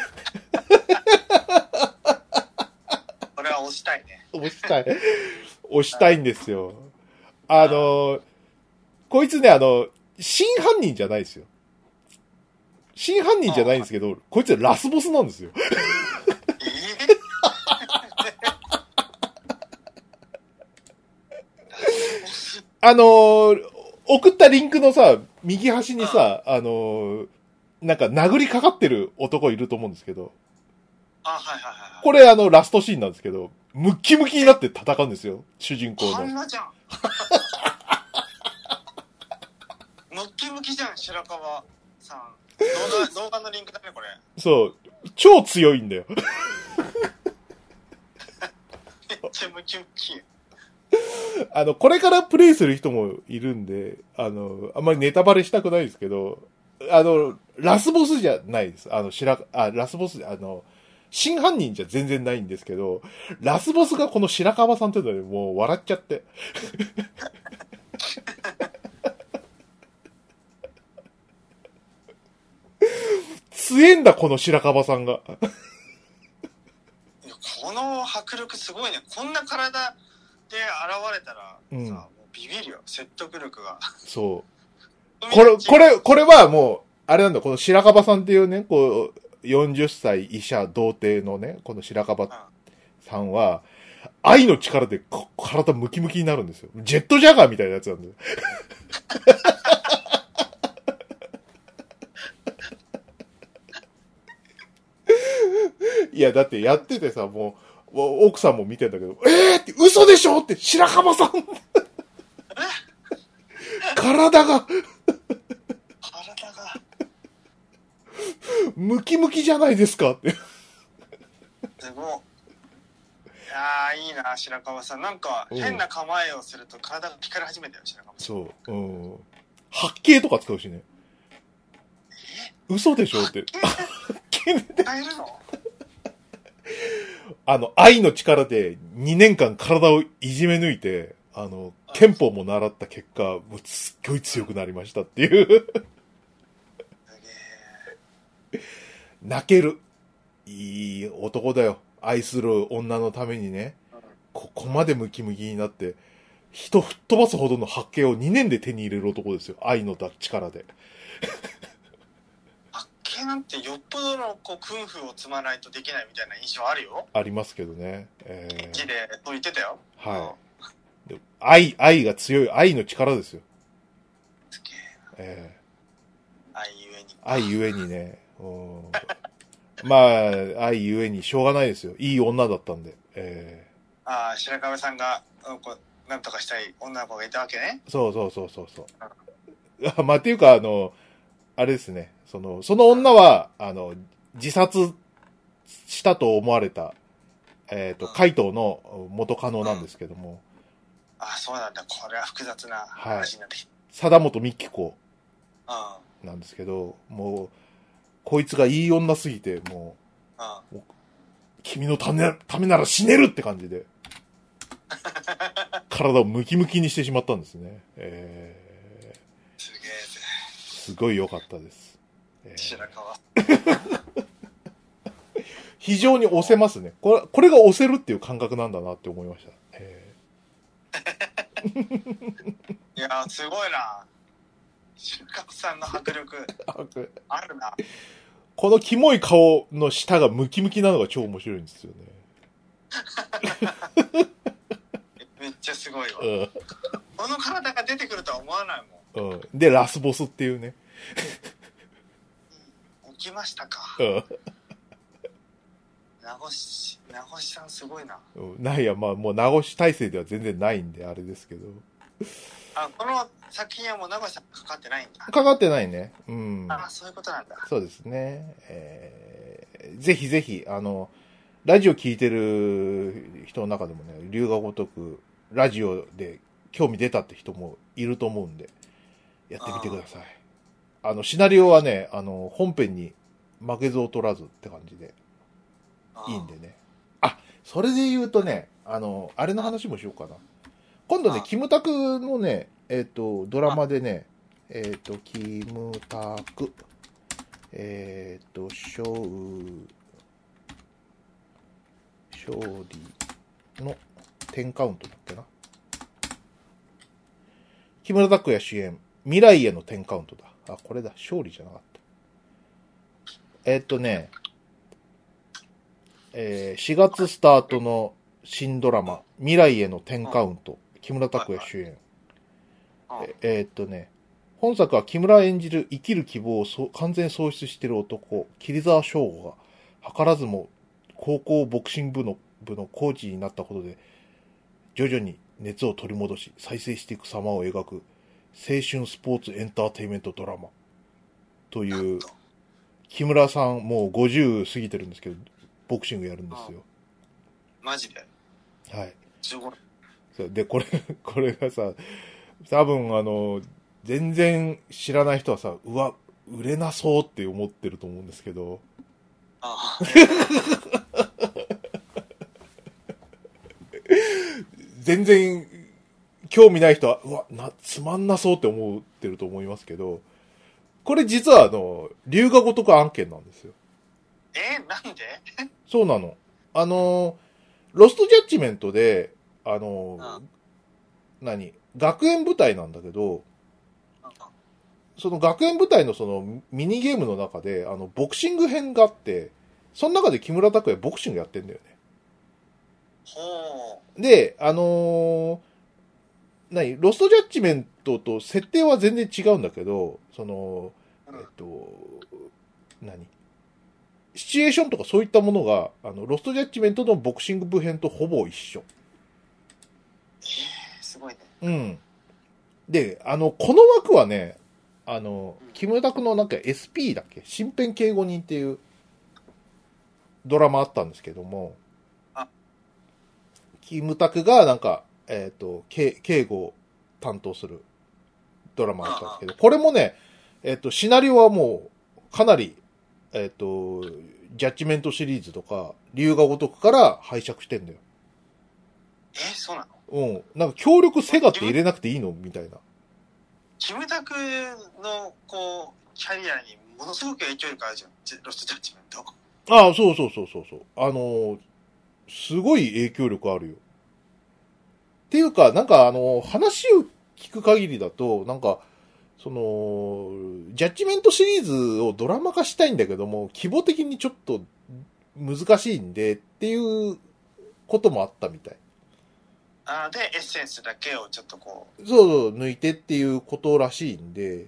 これは押したいね。 押したいんですよ。こいつね、真犯人じゃないですよ。真犯人じゃないんですけど、こいつはラスボスなんですよ。送ったリンクのさ、右端にさ、なんか殴りかかってる男いると思うんですけど、これラストシーンなんですけど、ムッキムキになって戦うんですよ、主人公の。 半裸じゃん。ムッキムキじゃん、白樺さん。動画のリンクだね、これ。 そう。超強いんだよ。 めっちゃムキムキ。 これからプレイする人もいるんで、あんまりネタバレしたくないですけど、ラスボスじゃないです。ラスボス、真犯人じゃ全然ないんですけど、ラスボスがこの白樺さんってのはね、もう笑っちゃって。強えんだ、この白樺さんが。 この迫力すごいね。こんな体で現れたらさ、もうビビるよ。説得力が。 そう。これはもう、あれなんだ、この白樺さんっていうね、40歳医者童貞のね、この白樺さんは、愛の力で体ムキムキになるんですよ。ジェットジャガーみたいなやつなんだよ。 いや、だってやっててさ、もう奥さんも見てんだけど、って嘘でしょって白浜さん体がムキムキじゃないですかって。 すごい。いやー、いいな、白川さん。なんか、変な構えをすると体が光り始めたよ、白川さん。 そう。八景とか使うしね。嘘でしょって。 使えるの？ 愛の力で2年間体をいじめ抜いて、憲法も習った結果、もうすっごい強くなりましたっていう。泣ける。いい男だよ。愛する女のためにね。ここまでムキムキになって、人吹っ飛ばすほどの発見を2年で手に入れる男ですよ。愛の力で。 発見なんてよっぽどのクンフーを積まないとできないみたいな印象あるよ。 ありますけどね。 記でと言ってたよ。 はい。で愛が強い、愛の力ですよ。 すげえな。 愛ゆえにね。まあ、愛ゆえにしょうがないですよ。いい女だったんで。 白川さんが、なんとかしたい女の子がいたわけね。 そう。まあ、っていうか、あれですね。その女は、自殺したと思われた、怪盗の元カノなんですけども。 そうなんだ。これは複雑な話になってきた。 貞本美紀子なんですけど、もう、こいつがいい女すぎて、もう君のためなら死ねるって感じで、体をムキムキにしてしまったんですね。 すげえぜ。 すごい良かったです。 白川。 非常に押せますね。これが押せるっていう感覚なんだなって思いました。 いやー、すごいな。白川さんの迫力あるな。 このキモい顔の下がムキムキなのが超面白いんですよね。 めっちゃすごいわ。この体が出てくるとは思わないもん。 で、ラスボスっていうね。 起きましたか。名越さんすごいな。 いや、まあもう名越体制では全然ないんであれですけど。 この作品はもう名越さんかかってないんだ。 かかってないね。 そういうことなんだ。 そうですね。ぜひぜひ、ラジオ聞いてる人の中でもね、龍が如く、ラジオで興味出たって人もいると思うんで、やってみてください。シナリオはね、本編に負けず劣らずって感じで、いいんでね。それで言うとね、あれの話もしようかな。今度ね、キムタクのね、ドラマでね、キムタク、勝利の10カウントだっけな。木村拓哉主演、未来への10カウントだ。これだ、勝利じゃなかった。4月スタートの新ドラマ、未来への10カウント、木村拓哉主演。本作は木村演じる生きる希望を完全喪失している男、桐沢翔吾が、図らずも高校ボクシング部のコーチになったことで、徐々に熱を取り戻し、再生していく様を描く、青春スポーツエンターテインメントドラマ。という、木村さんもう50過ぎてるんですけど、ボクシングやるんですよ。 マジで？ はい。 すごい。 で、これがさ、多分全然知らない人はさ、うわ、売れなそうって思ってると思うんですけど。全然興味ない人は、うわ、つまんなそうって思ってると思いますけど、これ実は龍が如く案件なんですよ。 なんで？ そうなの。ロストジャッジメントで、学園部隊なんだけど、その学園部隊のそのミニゲームの中で、ボクシング編があって、その中で木村拓哉ボクシングやってんだよね。で、ロストジャッジメントと設定は全然違うんだけど、 シチュエーションとかそういったものが、ロストジャッジメントのボクシング部編とほぼ一緒。 すごいね。 うん。で、この枠はね、キムタクのなんか SP だっけ身辺警護人っていうドラマあったんですけども、キムタクがなんか、警護を担当するドラマあったんですけど、これもね、シナリオはもう、かなり、ジャッジメントシリーズとか、龍が如くから拝借してんだよ。 そうなの？ うん。なんか協力セガって入れなくていいのみたいな。 キムタクの、こう、キャリアにものすごく影響力あるじゃん。ロストジャッジメント。 ああ、そうそうそうそうそう。すごい影響力あるよ。っていうか、なんか話を聞く限りだと、なんか、ジャッジメントシリーズをドラマ化したいんだけども、規模的にちょっと難しいんでっていうこともあったみたい。 で、エッセンスだけをちょっとこう。そう、抜いてっていうことらしいんで、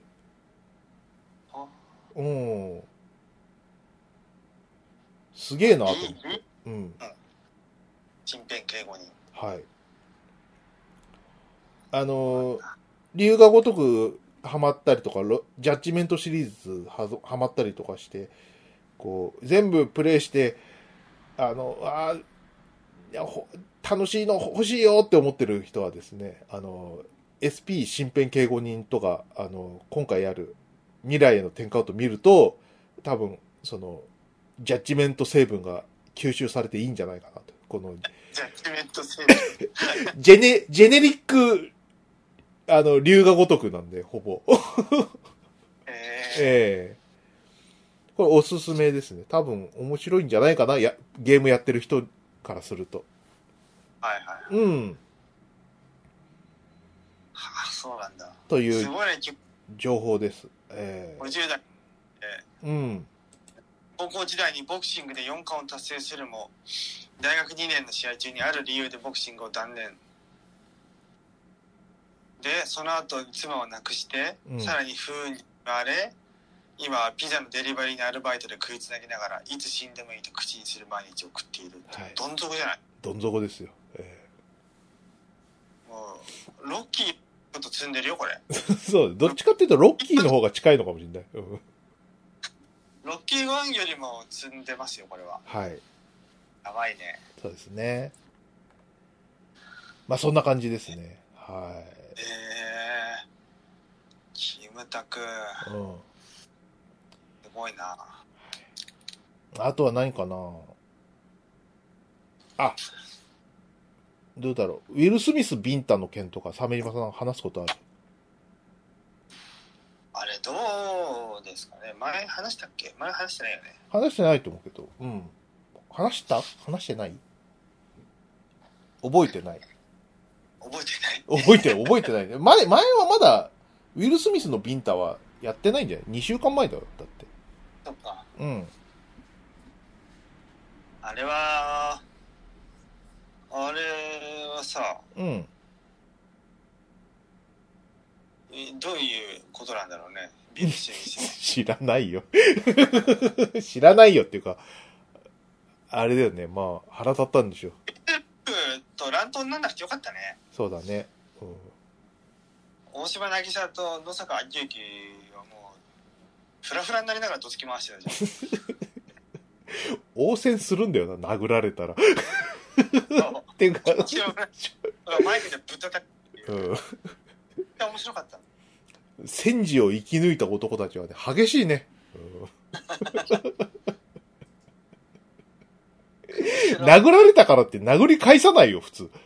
うん。すげえなと思って。うん。 身辺警護人。 はい。龍が如くハマったりとか、ジャッジメントシリーズハマったりとかして、こう、全部プレイして、いや楽しいの欲しいよって思ってる人はですね、SP 身辺警護人とか、今回やる未来への10カウト見ると、多分、ジャッジメント成分が吸収されていいんじゃないかなと。この、 ジャッジメント成分ジェネリック、龍が如くなんで、ほぼ。これおすすめですね。多分面白いんじゃないかな。ゲームやってる人からすると。 はいはい。 うん。 そうなんだ。 というすごいね、 情報です。 50代。 うん。 高校時代にボクシングで4冠を達成するも、大学2年の試合中にある理由でボクシングを断念。で、その後妻を亡くして、さらに不運に言われ、今はピザのデリバリーのアルバイトで食いつなぎながら、いつ死んでもいいと口にする毎日を送っている。はい、どん底じゃない？ どん底ですよ。 もう、ロッキーちょっと積んでるよ、これ。 そう、どっちかっていうとロッキーの方が近いのかもしれない。 ロッキー1よりも積んでますよ、これは。 はい。 やばいね。 そうですね。まあそんな感じですね。はい。 キムタク。すごいな。 あとは何かな。あ、どうだろう。ウィル・スミス・ビンタの件とか、鮫島さん話すことある？ あれ、どうですかね。前話したっけ？前話してないよね。 話してないと思うけど。うん。話してない？覚えてない。 覚えてない。 覚えてないね。前はまだ、ウィル・スミスのビンタはやってないんじゃない？ 2 週間前だよ、だって。 そっか。 うん。 あれはさ、 うん。 どういうことなんだろうね。ビル・スミス。 知らないよ。知らないよっていうか、あれだよね。まあ、腹立ったんでしょ。 と乱闘になんなくてよかったね。 そうだね。うん、 大島渚と野坂昭之はもう、フラフラになりながらどつき回してたじゃん。 応戦するんだよな、殴られたら。っていうか、 マイクでぶったたくっていう。面白かった。 戦時を生き抜いた男たちはね、激しいね。殴られたからって殴り返さないよ、普通。ね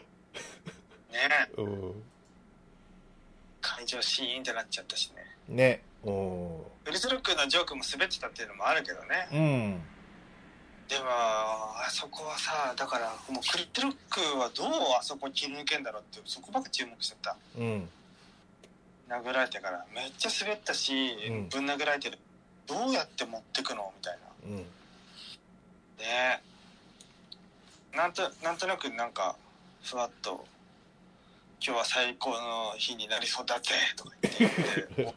会場シーンってなっちゃったしね。 ね。 ウルスロックのジョークも滑ってたっていうのもあるけどね。でも、あそこはさ、だから、もうクリットロックはどうあそこ切り抜けんだろうって、そこばっか注目しちゃった。殴られてから、めっちゃ滑ったし、ぶん殴られてる。どうやって持ってくのみたいな。ねなんとなくなんか、ふわっと、今日は最高の日になりそうだぜとか言って。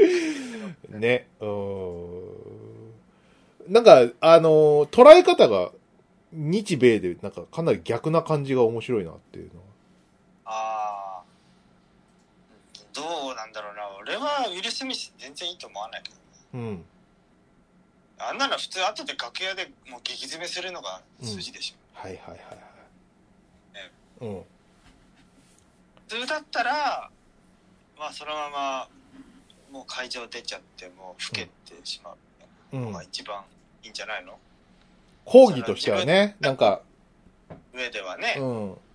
ね、 なんか、捉え方が日米でなんかかなり逆な感じが面白いなっていうのは。 ああ、どうなんだろうな。俺はウィル・スミス全然いいと思わないけど。 うん。 あんなの普通後で楽屋でもう激詰めするのが筋でしょ。 はいはいはいはい。 ね、 うん。 普通だったら、まあそのままもう会場出ちゃってもう老けてしまうのが一番いいんじゃないの？ 講義としてはね、なんか、 上ではね、 うん。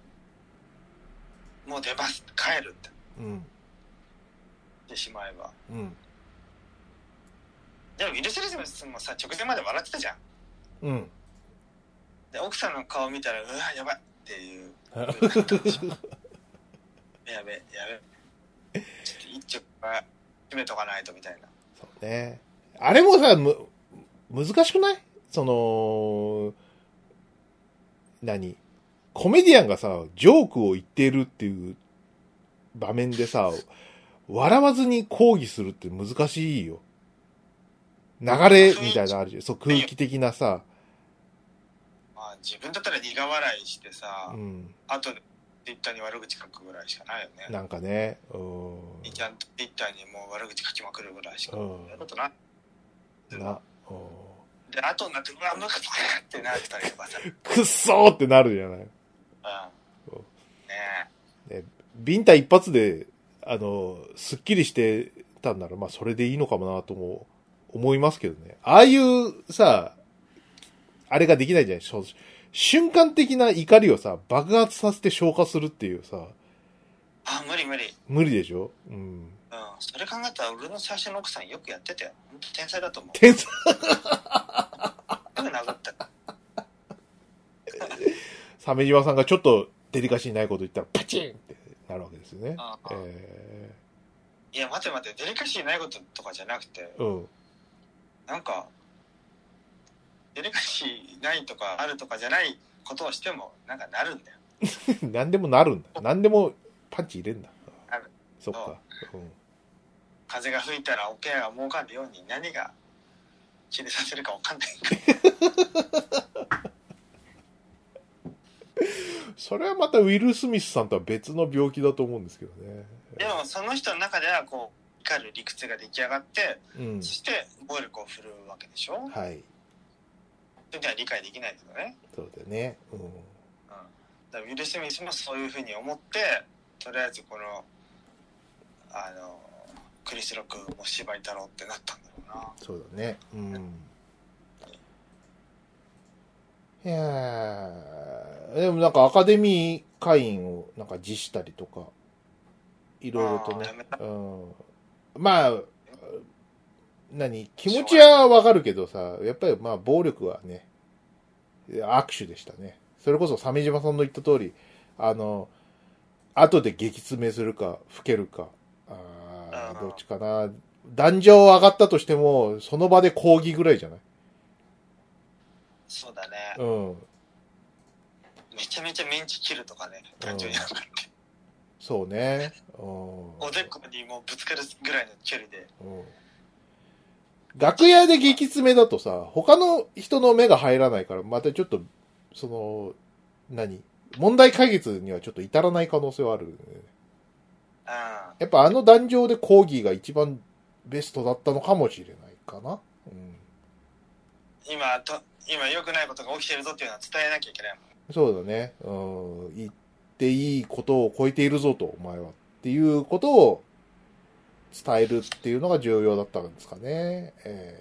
もう出ます、帰るってうん。 言ってしまえば。 うん。 でもウィル・スミスもさ、直前まで笑ってたじゃん。 うん。 で、奥さんの顔見たら、うわ、やばいっていう。やべ。ちょっと一丁は決めとかないとみたいな。 そうね。あれもさ、難しくない？その、コメディアンがさ、ジョークを言っているっていう場面でさ、笑わずに抗議するって難しいよ。流れみたいなのあるじゃん。そう、空気的なさ。 まあ、自分だったら苦笑いしてさ、 うん。 あとでツイッターに悪口書くぐらいしかないよね。 なんかね。 ちゃんとツイッターにもう悪口書きまくるぐらいしかやることな。で、後になって、うわ、ムカつくってなったりとかさ。 くっそーってなるじゃない。 うん。 ね。ビンタ一発で、すっきりしてたんなら、まあ、それでいいのかもなとも思いますけどね。ああいうさ、あれができないじゃない。瞬間的な怒りをさ、爆発させて消化するっていうさ。 あ、無理。 無理でしょ？うん。うん。 それ考えたら、俺の最初の奥さんよくやってたよ。本当天才だと思う。 天才。 すぐ殴った。 鮫島さんがちょっとデリカシーないこと言ったら、パチンってなるわけですよね。 いや、待て、デリカシーないこととかじゃなくて、 うん。 なんか、デリカシーないとかあるとかじゃないことをしても、なんかなるんだよ。 何でもなるんだ。何でもパンチ入れんだ。 なる。 そっか。うん。 風が吹いたら桶屋が儲かるように何が切れさせるか分かんないそれはまたウィル・スミスさんとは別の病気だと思うんですけどね。 でもその人の中ではこう怒る理屈が出来上がって、 うん、 そして暴力を振るうわけでしょ。 はい。 それでは理解できないけどね。 そうだよね。うん。 だからウィル・スミスもそういうふうに思って、とりあえずこのクリス・ロックも芝居だろうってなったんだろうな。 そうだね。うん。いやー、でもなんかアカデミー会員をなんか辞したりとか、いろいろとね。うん。まあ、気持ちはわかるけどさ、やっぱりまあ暴力はね、握手でしたね。それこそ鮫島さんの言った通り、後で激詰めするか、老けるか、どっちかな。壇上上がったとしても、その場で抗議ぐらいじゃない？ そうだね。 うん。 めちゃめちゃメンチ切るとかね、壇上に上がって。 そうね。 おでこにもうぶつかるぐらいの距離で。 楽屋で激詰めだとさ、他の人の目が入らないから、またちょっと、問題解決にはちょっと至らない可能性はある、ね。やっぱあの壇上で講義が一番ベストだったのかもしれないかな。うん、 今良くないことが起きてるぞっていうのは伝えなきゃいけないもん。 そうだね。言っていいことを超えているぞと、お前は。っていうことを伝えるっていうのが重要だったんですかね。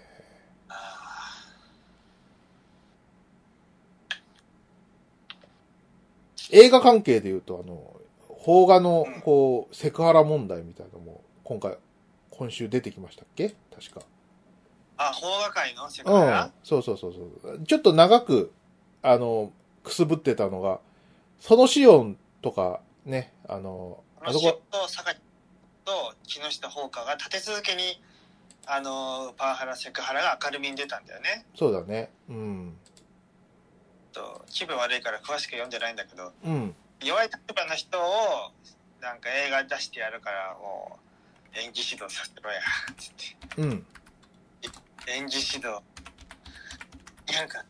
映画関係で言うと、邦画の、セクハラ問題みたいなのも、今週出てきましたっけ？確か。 邦画界のセクハラ？ そう。ちょっと長く、くすぶってたのが、そのシオンとか、ね、 そこ。坂井と木下ほうかが立て続けに、パワハラ、セクハラが明るみに出たんだよね。 そうだね。うん。 気分悪いから詳しく読んでないんだけど、 うん、 弱い立場の人をなんか映画出してやるからもう演技指導させろやつって、 うん、 演技指導なんか、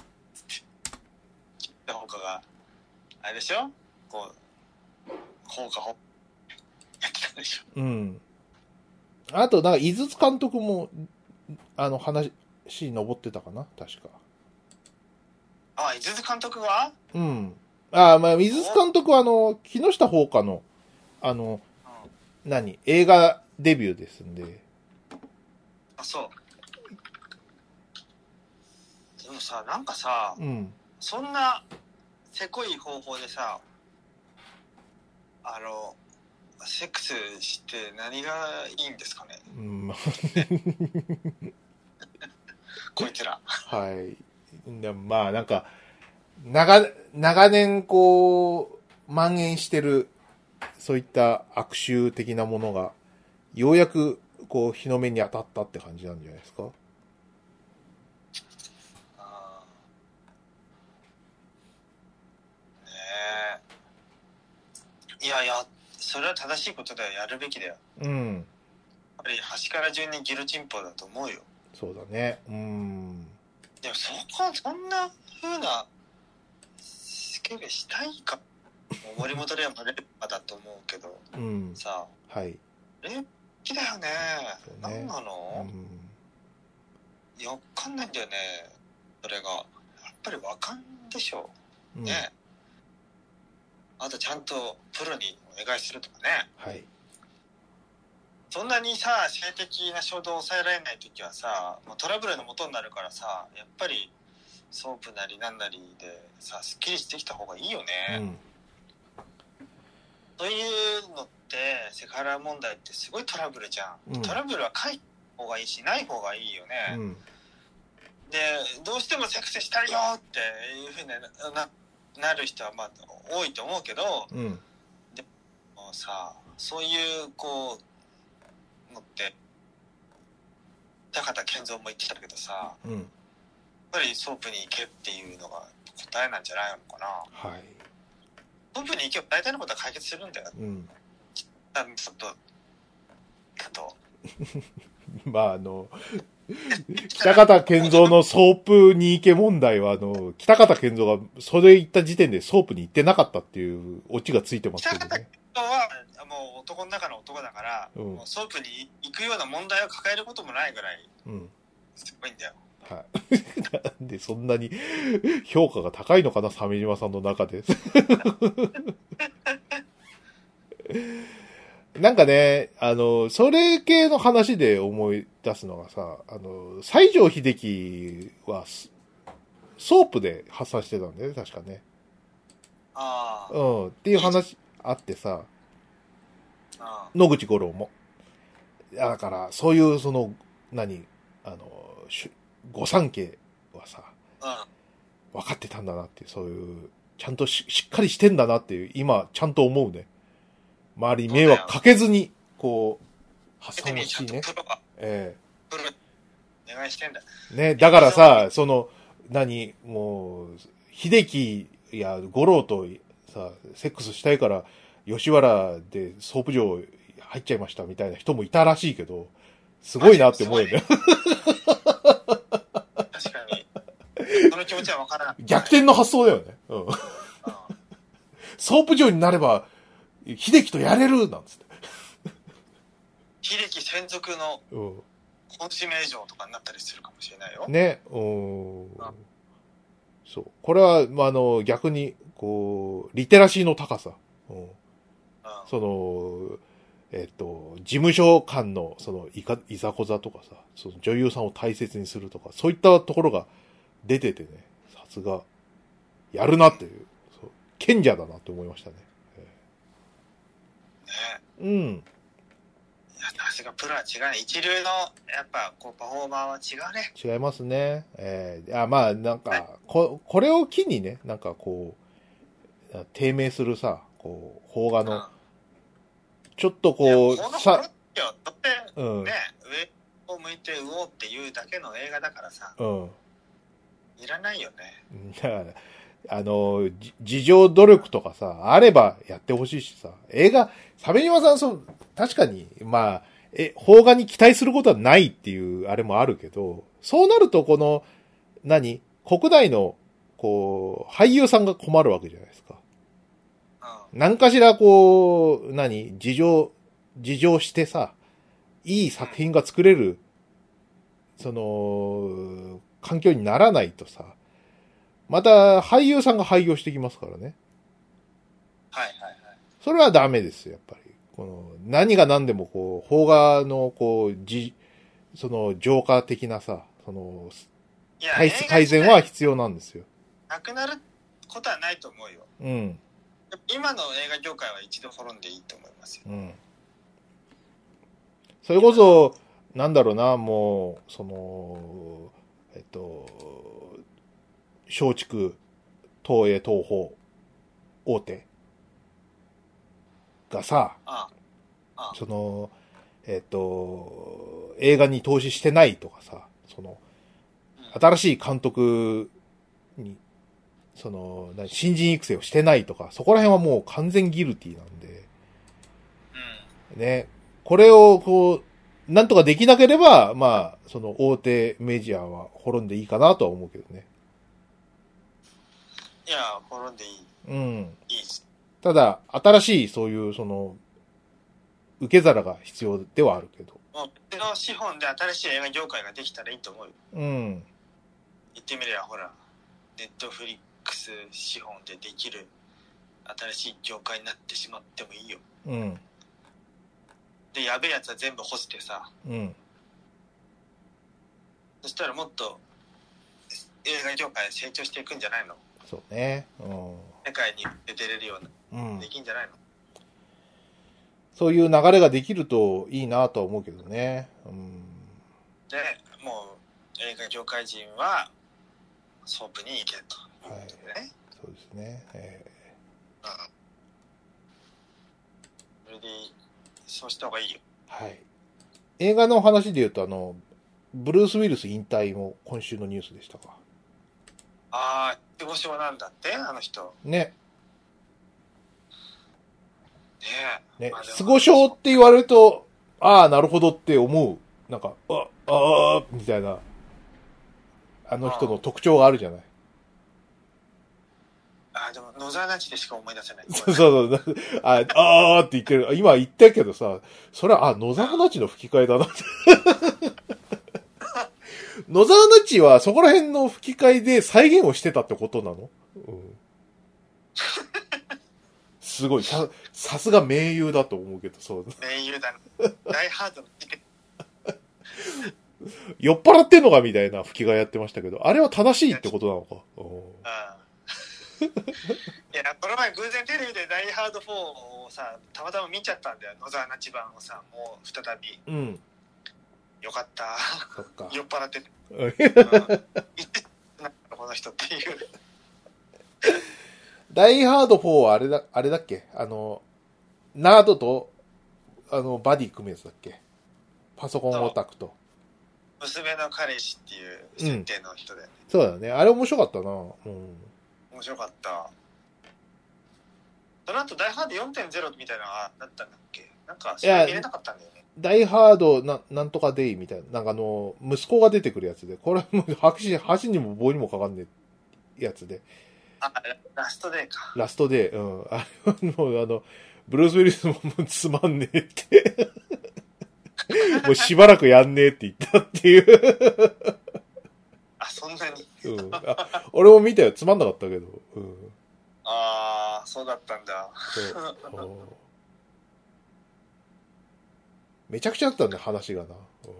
他が、あれでしょこう、放課後、やってたでしょ。 うん。あと、なんか、井筒監督も、話に上ってたかな確か。 あ、井筒監督はうん。あ、まあ、井筒監督は、木下ほうかの、映画デビューですんで。 あ、そう。でもさ、なんかさ、 うん。 そんな、せこい方法でさ、セックスして何がいいんですかね。 うん、 こいつら。 はい。まあ、なんか、長年、こう、蔓延してる、そういった悪臭的なものが、ようやく、こう、日の目に当たったって感じなんじゃないですか。 ねえ。いやいや、それは正しいことだよ。やるべきだよ。 うん。 やっぱり端から順にギルチンポだと思うよ。 そうだね。 でもそんな風なスケベしたいか。森本レアもレッパだと思うけど、 うん。 さはい。 レッキだよね。何なの？いや、わかんないんだよね。それが。やっぱりわかんでしょう。ね。あとちゃんとプロにお願いするとかね。 はい。 そんなにさ、性的な衝動を抑えられないときはさ、もうトラブルの元になるからさ、やっぱりソープなりなんなりでさ、すっきりしてきた方がいいよね。そういうのってセクハラ問題ってすごいトラブルじゃん。トラブルはない方がいいし、ない方がいいよね。で、どうしてもセックスしたいよっていうふうになる人はまあ多いと思うけど、でもさ、そういうこうのって高田健三も言ってたけどさ、やっぱりソープに行けっていうのが答えなんじゃないのかな。はい。ソープに行けば大体のことは解決するんだよ。ちょっとまあ北方健三のソープに行け問題は北方健三がそれ言った時点でソープに行ってなかったっていうオチがついてますけどね。 北方健三はもう男の中の男だから、もうソープに行くような問題を抱えることもないぐらいすごいんだよ。 はい。なんでそんなに評価が高いのかな、鮫島さんの中で。なんかね、それ系の話で思い出すのがさ、西城秀樹は、ソープで発散してたんだよね、確かね。っていう話あってさ、野口五郎も。だから、そういう、御三家はさ、分かってたんだなっていう、そういう、ちゃんとしっかりしてんだなっていう、今、ちゃんと思うね。周りに迷惑かけずに、こう、発散をしね。プロお願いしてんだ。 ね、だからさ、もう、秀樹や五郎とさ、セックスしたいから、吉原でソープ場入っちゃいましたみたいな人もいたらしいけど、すごいなって思うよね。 確かに。その気持ちはわからない。 逆転の発想だよね。ソープ場になれば、秀樹とやれるなんつって。 秀樹専属の本指名状とかになったりするかもしれないよ。 ね。そう。これは、逆に、こう、リテラシーの高さ。事務所間の、いざこざとかさ、その女優さんを大切にするとか、そういったところが出ててね、さすが、やるなっていう、賢者だなって思いましたね。 ね。さすがプロは違うね。一流の、やっぱ、こう、パフォーマーは違うね。 違いますね。まあ、なんか、これを機にね、なんかこう、低迷するさ、こう、邦画の、ちょっとこう、 だって、ね、上を向いてうおっていうだけの映画だからさ、いらないよね。 だから、自助努力とかさ、あればやってほしいしさ、映画、鮫島さん、確かに、まあ、邦画に期待することはないっていう、あれもあるけど、そうなると、 国内の、こう、俳優さんが困るわけじゃないですか。何かしらこう、事情してさ、いい作品が作れる、環境にならないとさ、また俳優さんが廃業してきますからね。 はいはいはい。 それはダメですよ、やっぱり。何が何でもこう、邦画のこう、浄化的なさ、体質改善は必要なんですよ。 なくなることはないと思うよ。 うん。 今の映画業界は一度滅んでいいと思いますよ。 うん。それこそ、なんだろうな、もう、松竹、東映、東宝、大手がさ、映画に投資してないとかさ、新しい監督に、新人育成をしてないとか、そこら辺はもう完全ギルティなんで、ね、これをこう、なんとかできなければ、まあ、大手メディアは滅んでいいかなとは思うけどね。 いや、滅んでいい。 うん。 いいです。 ただ、新しいそういう、受け皿が必要ではあるけど。 もう別の資本で新しい映画業界ができたらいいと思うよ。 うん。 言ってみればほら、ネットフリックス資本でできる新しい業界になってしまってもいいよ。 うん。 で、やべえやつは全部干してさ。 うん。 そしたらもっと映画業界成長していくんじゃないの？ そうね。うん。 世界に出れるような、 うん。 できんじゃないの？ そういう流れができるといいなとは思うけどね。うん。 で、もう映画業界人はソープに行けと。 はい。そうですね。 それでそうした方がいいよ。 はい。映画の話で言うとブルース・ウィルス引退も今週のニュースでしたか。 ああ、失語症なんだってあの人。 ね。 ね。 失語症って言われると、ああ、なるほどって思う。なんか、みたいな、あの人の特徴があるじゃない。 でも、野沢那智でしか思い出せない。 そうそう。って言ってる。今言ったけどさ、それは、野沢那智の吹き替えだなって。野沢那智はそこら辺の吹き替えで再現をしてたってことなの？うん。すごい。さすが名優だと思うけど、そう。 名優だな。大ハードの事件。 酔っ払ってんのかみたいな吹き替えやってましたけど、あれは正しいってことなのか。 いや、この前偶然テレビでダイハード4をさ、たまたま見ちゃったんだよ。野沢那智版をさ、もう再び。 うん。 よかった。 そっか。 酔っ払ってて。この人っていう。 ダイハード4はあれだっけナードと、バディ組むやつだっけ？パソコンオタクと。 娘の彼氏っていう設定の人で、ねそうだね。あれ面白かったな。うん。 面白かった。その後、ダイハード 4.0 みたいなのがあったんだっけ？なんか、それ見れなかったんだよね。 ダイハードなんとかデイみたいな。なんか息子が出てくるやつで、これもう箸にも棒にもかかんねえやつで。 ラストデーか。 ラストデー、うん。あれもブルース・ウィリスももうつまんねえって。もうしばらくやんねえって言ったっていう。 そんなに。 うん。俺も見たよ。つまんなかったけど。うん。 そうだったんだ。 そう。めちゃくちゃだったんだ、話がな。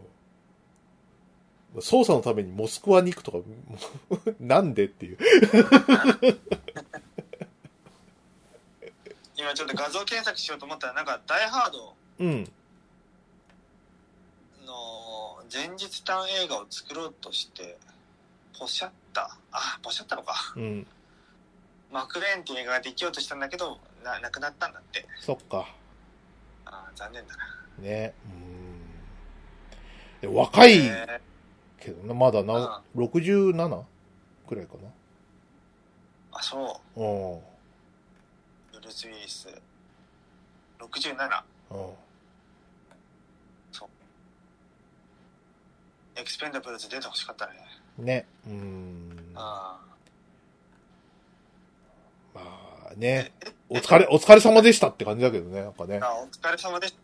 捜査のためにモスクワに行くとか、なんでっていう。 今ちょっと画像検索しようと思ったら、なんか、ダイハードの前日短映画を作ろうとして、ポシャったのか。 うん。 マクレーンっていう映画ができようとしたんだけど、なくなったんだって。 そっか。 残念だな。 ね。若いけどな、まだ67くらいかな。 そう。ブルース・ウィリス。67。そう。エクスペンダブルズ出てほしかったね。 ね。 あまあね、お疲れ様でしたって感じだけどね、なんかね。 あ、お疲れ様です。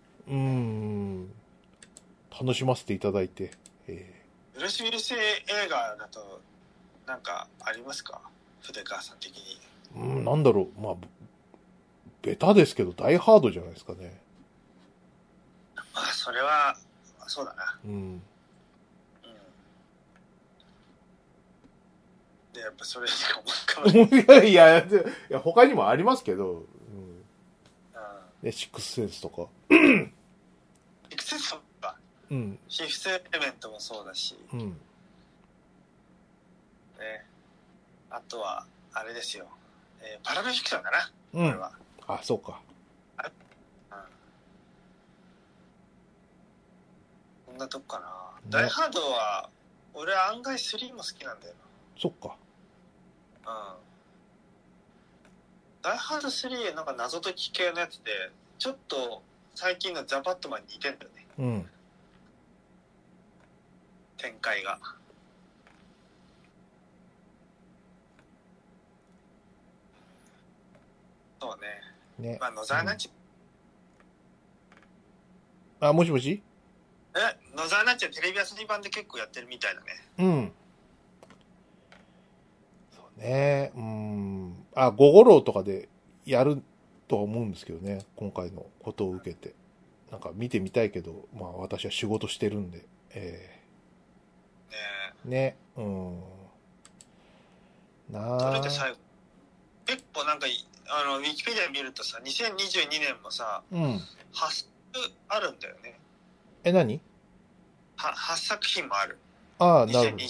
楽しませていただいて。 ブルース・ウィルス映画だと、なんかありますか、筆川さん的に。 なんだろう、まあ、ベタですけど、ダイハードじゃないですかね。 まあ、それは、そうだな。で、やっぱそれしか思い浮かばない。 いや、他にもありますけど、ね、シックスセンスとか。 シックスセンスとか、シフスエレメントもそうだし、ね、あとは、あれですよ、パラルフィクションだな、これは。 あ、そうか。 こんなとこかな。ダイハードは、俺は案外3も好きなんだよな。 そっか。 ダイハード3なんか謎解き系のやつで、ちょっと最近のザ・バットマンに似てんだよね。展開が。そうね。まあ、野沢那智。 あ、もしもし？ 野沢那智はテレビ遊び版で結構やってるみたいだね。 そうね。あ、ゴゴロウとかでやるとは思うんですけどね。今回のことを受けて。なんか見てみたいけど、まあ私は仕事してるんで。ね。 それで最後。結構なんか、ウィキペディア見るとさ、2022年もさ、8作あるんだよね。 何 ？8作品もある。 ああ、なるほど。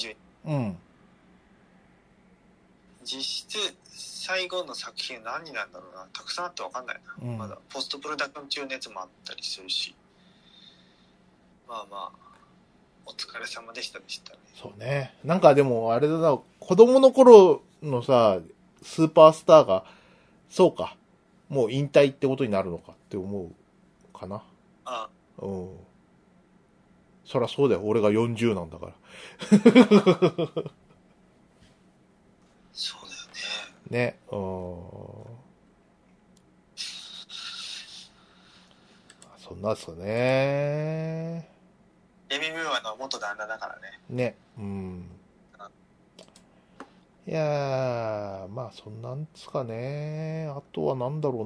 実質最後の作品は何になんだろうな。たくさんあって分かんないな。まだポストプロダクション中のやつもあったりするし。まあまあ、お疲れ様でしたね。 そうね。なんかでもあれだな、子供の頃のさ、スーパースターが、そうか、もう引退ってことになるのかって思うかな。そりゃそうだよ。俺が40なんだから。 そうだよね。ね。そんなですかね。 デミ・ムーアの元旦那だからね。 ね。 いやー、まあそんなんですかね。あとはなんだろ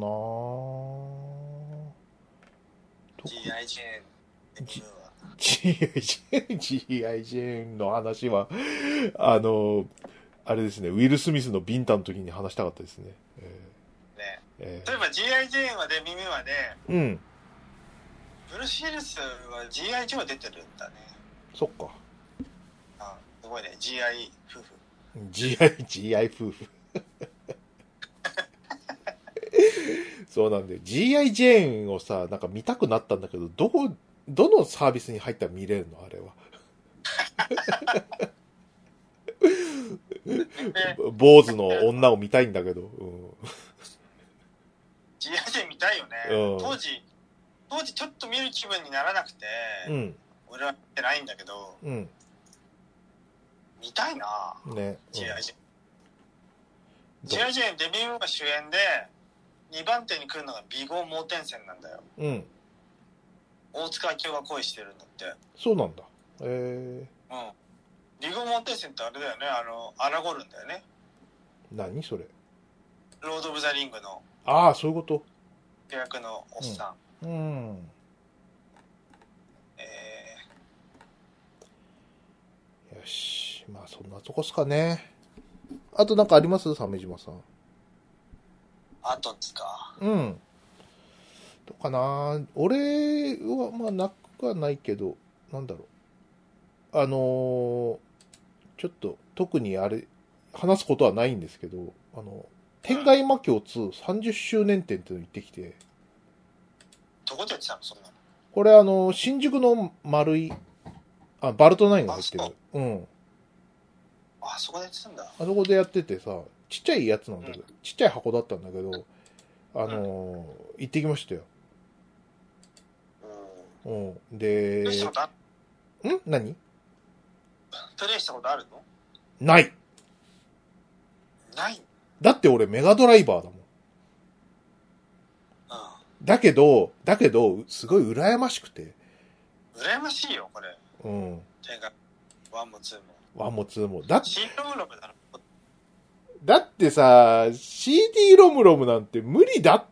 うな。 G.I. ジェーン、デミ・ムーア。 G.I. ジェーンの話は、あれですね、ウィル・スミスのビンタの時に話したかったですね。 例えば G.I. ジェーンはデミ・ムーアで、ブルース・ウィルスは G.I. ジョー出てるんだね。 そっか。 すごいね、G.I. 夫婦。 G.I. 夫婦。そうなんで、G.I. ジェーンをさ、なんか見たくなったんだけど、どのサービスに入ったら見れるのあれは。坊主の女を見たいんだけど。 G.I. ジェーン見たいよね。当時ちょっと見る気分にならなくて、俺は見てないんだけど、見たいなね。G.I. ジェーン。G.I. ジェーンデビューが主演で、2番手に来るのがビゴ盲点線なんだよ。大塚明夫が恋してるんだって。 そうなんだ。 ビゴ盲点線ってあれだよね、アラゴルンだよね。 何それ？ ロード・オブ・ザ・リングの。 ああ、そういうこと。 主役のおっさん。 よし。まあ、そんなとこっすかね。あとなんかあります？鮫島さん。 あとですか。 どうかな。俺は、まあ、なくはないけど、なんだろう。ちょっと、特にあれ、話すことはないんですけど、天外魔境2 30周年展っていうの行ってきて。 どこでやってたのそんなの？ これ新宿の丸い、バルトナインが入ってる。 そこでやってたんだ。 あそこでやっててさ、ちっちゃいやつなんだけど、ちっちゃい箱だったんだけど、行ってきましたよ。で、何？ プレイしたことあるの？ ない。 ない。 だって俺メガドライバーだもん。だけど、すごい羨ましくて。 羨ましいよ、これ。 うん。 1も2も。 1も2も。だって、 CD ロムロムだろ。 だってさ、CD ロムロムなんて無理だって。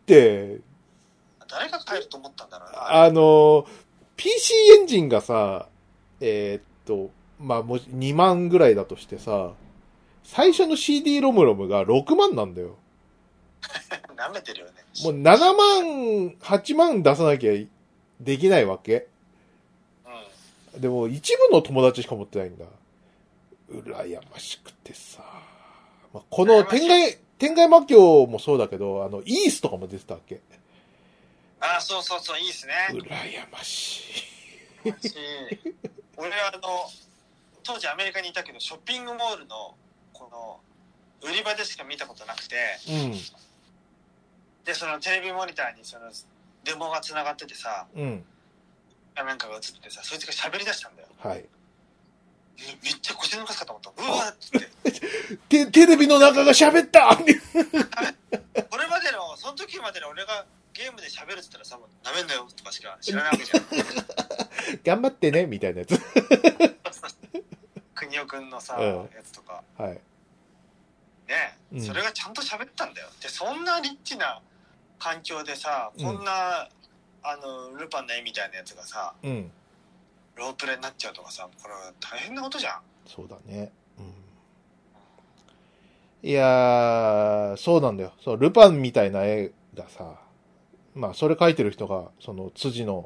誰が買えると思ったんだろうな。 PC エンジンがさ、まあ、もし2万ぐらいだとしてさ、最初の CD ロムロムが6万なんだよ。 舐めてるよね。 もう7万、8万出さなきゃできないわけ。うん。でも一部の友達しか持ってないんだ。羨ましくてさ。まあ、この天外魔境もそうだけど、イースとかも出てたわけ。 ああ、そう、いいっすね。 羨ましい。 俺当時アメリカにいたけど、ショッピングモールの、この、売り場でしか見たことなくて、うん。で、そのテレビモニターにその、デモが繋がっててさ、うん。なんかが映っててさ、そいつが喋り出したんだよ。はい。めっちゃ腰抜かすかと思った。うわーってテレビの中が喋ったこれまでの、その時までの俺がゲームで喋るって言ったらさ、もうダメんだよとかしか知らないわけじゃん。 頑張ってね、みたいなやつ。 国尾くんのさ、やつとか。はい。ね、うん、それがちゃんと喋ったんだよ。で、そんなリッチな環境でさ、こんな、ルパンの絵みたいなやつがさ、うん。ロープレになっちゃうとかさ、これは大変なことじゃん。 そうだね。うん。いやー、そうなんだよ。そう、ルパンみたいな絵がさ、まあ、それ描いてる人が、辻野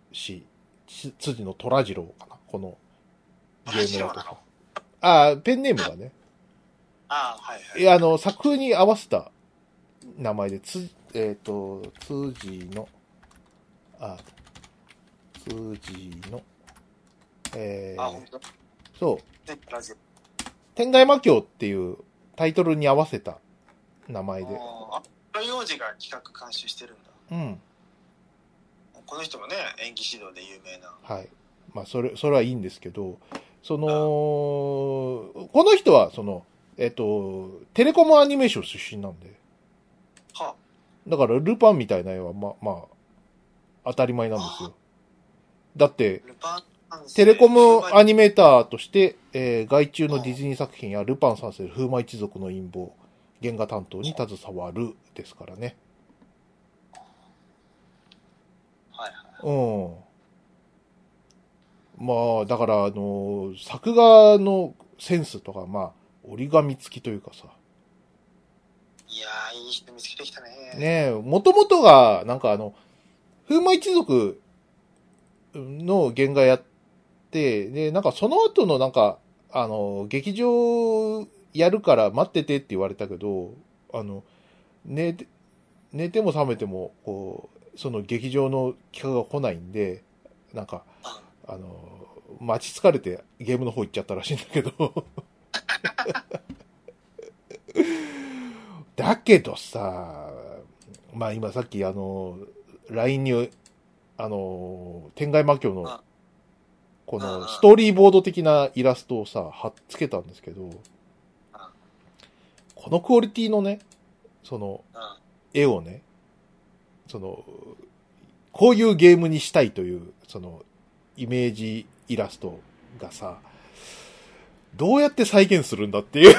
虎次郎かな。このゲームだとさ。あ、ペンネームがね。 ああ、はいはい。 いや、作風に合わせた名前で、辻野、そう。天外魔境っていうタイトルに合わせた名前で。 幼児が企画監修してるんだ。うん。この人もね、演技指導で有名な。 はい。まあ、それはいいんですけど、この人は、テレコムアニメーション出身なんで。はあ、だから、ルパンみたいな絵は、まあ、当たり前なんですよ。だって、テレコムアニメーターとして、外注のディズニー作品やルパン三世風魔一族の陰謀、原画担当に携わるですからね。はいはい。うん。まあ、だから、作画のセンスとか、まあ、折り紙付きというかさ。 いやー、いい人見つけてきたね。 ねえ、もともとが、なんか風魔一族の原画やって、で、なんかその後のなんか、劇場やるから待っててって言われたけど、寝ても覚めても、こう、その劇場の企画が来ないんで、なんか、待ち疲れてゲームの方行っちゃったらしいんだけど。だけどさ、まあ今さっきLINE に、天外魔境の、このストーリーボード的なイラストをさ、貼っつけたんですけど、このクオリティのね、その、絵をね、こういうゲームにしたいという、イメージイラストがさ、どうやって再現するんだっていう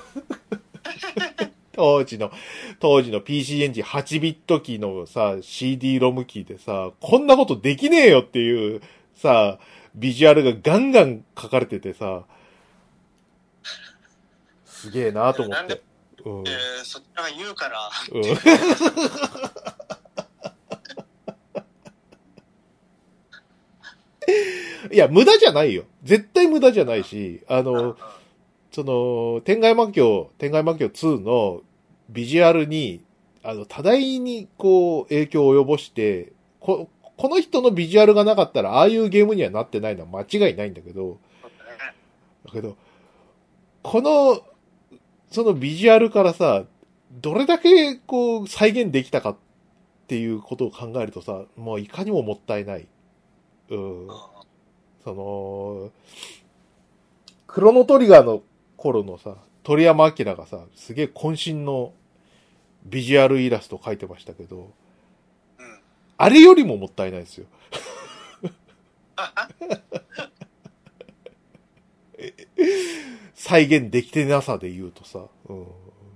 当時の PC エンジン8ビット機のさ、CD ロム機でさ、こんなことできねえよっていうさ、ビジュアルがガンガン書かれててさ、すげえなと思って。 うん、そっちが言うから。うん、 いや、無駄じゃないよ。絶対無駄じゃないし、天外魔境2のビジュアルに、多大にこう、影響を及ぼして、この人のビジュアルがなかったら、ああいうゲームにはなってないのは間違いないんだけど、そのビジュアルからさ、どれだけこう、再現できたかっていうことを考えるとさ、もういかにももったいない。うん。クロノトリガーの頃のさ、 鳥山明がさ、すげえ渾身のビジュアルイラスト描いてましたけど、 うん。 あれよりももったいないですよ。再現できてなさで言うとさ。うん。 うん。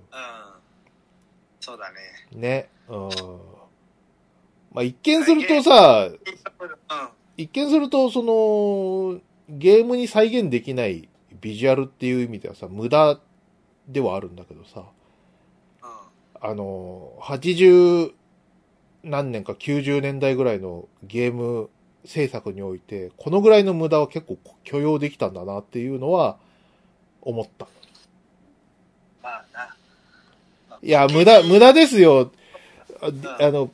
そうだね。 ね。うん。まあ、一見するとさ、 うん。 一見すると、その、ゲームに再現できないビジュアルっていう意味ではさ、無駄ではあるんだけどさ、80何年か90年代ぐらいのゲーム制作において、このぐらいの無駄は結構許容できたんだなっていうのは思った。 まあな。 いや、無駄ですよ。あの、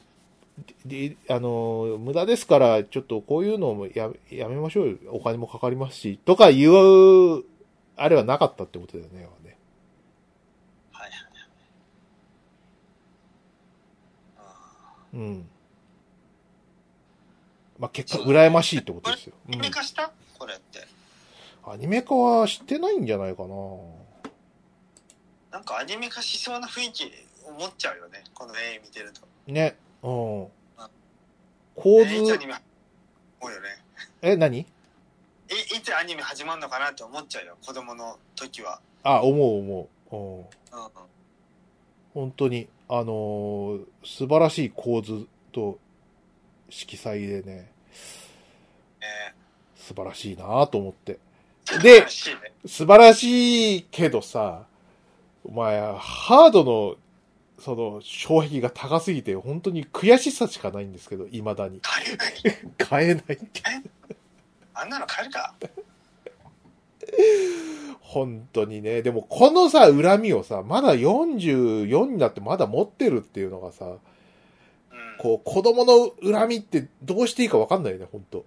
無駄ですから、ちょっとこういうのもやめましょうよ。お金もかかりますし、とか言う、あれはなかったってことだよね。 はいはい。 うん。まあ、結果、羨ましいってことですよ。 アニメ化した、これって。 アニメ化はしてないんじゃないかな。 なんかアニメ化しそうな雰囲気思っちゃうよね。この絵見てると。 ね。うん。構図。 いつアニメ、思うよね。 何？ いつアニメ始まるのかなって思っちゃうよ。子供の時は。 あ、思う。うん。 うん。 本当に、素晴らしい構図と色彩でね、素晴らしいなと思って。で、素晴らしいけどさ、お前、ハードの、その、障壁が高すぎて、本当に悔しさしかないんですけど、未だに。 買えない買えない。 あんなの買えるか本当にね。でも、このさ、恨みをさ、まだ44になってまだ持ってるっていうのがさ、こう、子供の恨みってどうしていいか分かんないよね、本当。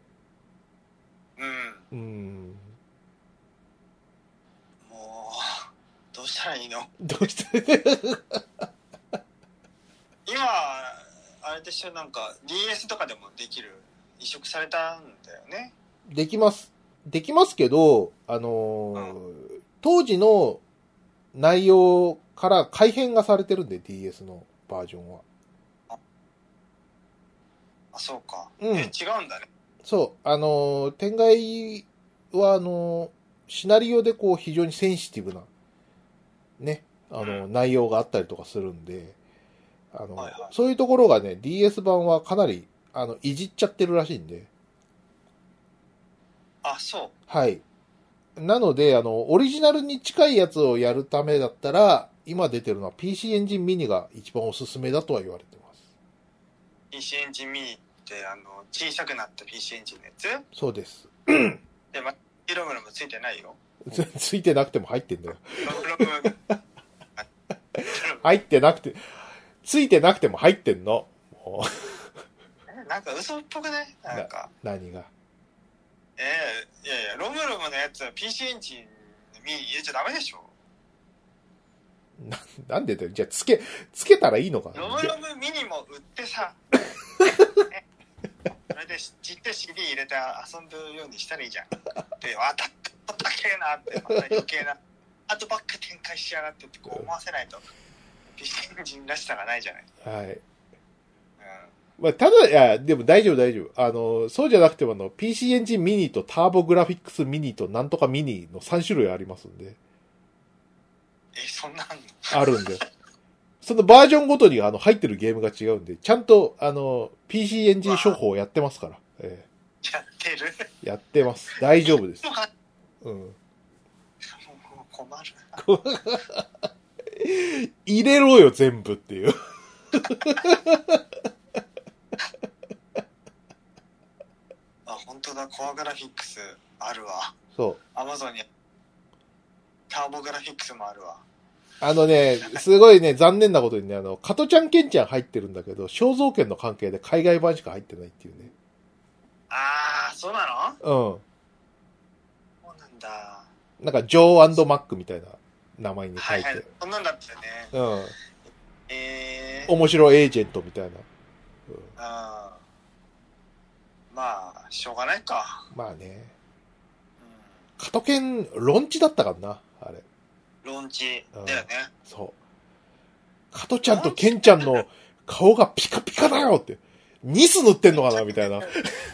もう、どうしたらいいの？ どうしたら今、あれでしょ、なんか DS とかでもできる、移植されたんだよね。 できます。できますけど、当時の内容から改変がされてるんで、DS のバージョンは。 あ、そうか。 うん。 違うんだね。 そう。天外は、シナリオでこう、非常にセンシティブな、ね、内容があったりとかするんで、そういうところがね、DS 版はかなり、いじっちゃってるらしいんで。 あ、そう。 はい。なので、オリジナルに近いやつをやるためだったら、今出てるのは PC エンジンミニが一番おすすめだとは言われてます。 PC エンジンミニって、小さくなった PC エンジンのやつ？ そうです。 で、ロムロムついてないよ。 ついてなくても入ってんだよ。 ロムロム。 入ってなくて、ついてなくても入ってんの。 なんか嘘っぽくない？なんか。 何が？ いや、ロムロムのやつは PC エンジンミニ入れちゃダメでしょ。 なんでだよ。じゃあつけたらいいのかな。 ロムロムミニも売ってさ、それでちって CD 入れて遊ぶようにしたらいいじゃん。で、高えなって、また余計な、あとばっか展開しやがってってこう思わせないと、PC エンジンらしさがないじゃない。 はい。まあ、ただ、いや、でも大丈夫。そうじゃなくてもPC エンジンミニとターボグラフィックスミニとなんとかミニの3種類ありますんで。 そんなあるんで。そのバージョンごとに入ってるゲームが違うんで、ちゃんとPC エンジン処方やってますから。 やってる？ やってます。大丈夫です。うん。 困る。 入れろよ、全部っていう。 あ、本当だ、コアグラフィックスあるわ。 そう。 アマゾンにターボグラフィックスもあるわ。 すごいね、残念なことにね、加トちゃんケンちゃん入ってるんだけど、肖像権の関係で海外版しか入ってないっていうね。 あー、そうなの？そうなんだ。 なんか、ジョー&マックみたいな名前に書いて。 はいはい、そんなんだったよね。 面白エージェントみたいな。 まあ、しょうがないか。 まあね。加トケン、ロンチだったからな、あれ。 ローンチだよね。 そう。加トちゃんとケンちゃんの顔がピカピカだよって。ニス塗ってんのかなみたいな。 グ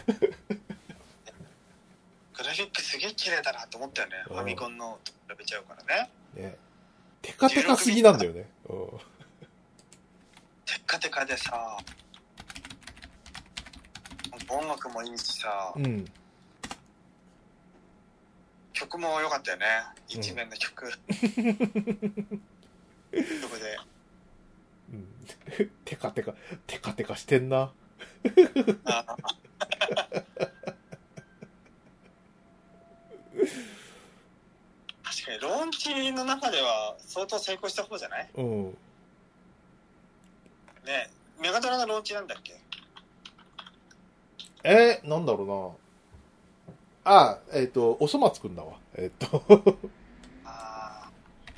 ラフィックすげえ綺麗だなと思ったよね。ファミコンのと比べちゃうからね。 ね。テカテカすぎなんだよね。 テカテカでさ、音楽もいいしさ、 うん。 曲も良かったよね。一面の曲。そこで。 うん。テカテカしてんな。 あ確かにローンチの中では相当成功した方じゃない？ うん。 ね。メガドラのローンチなんだっけ？ なんだろうな。おそ松くんだわ。 ああ。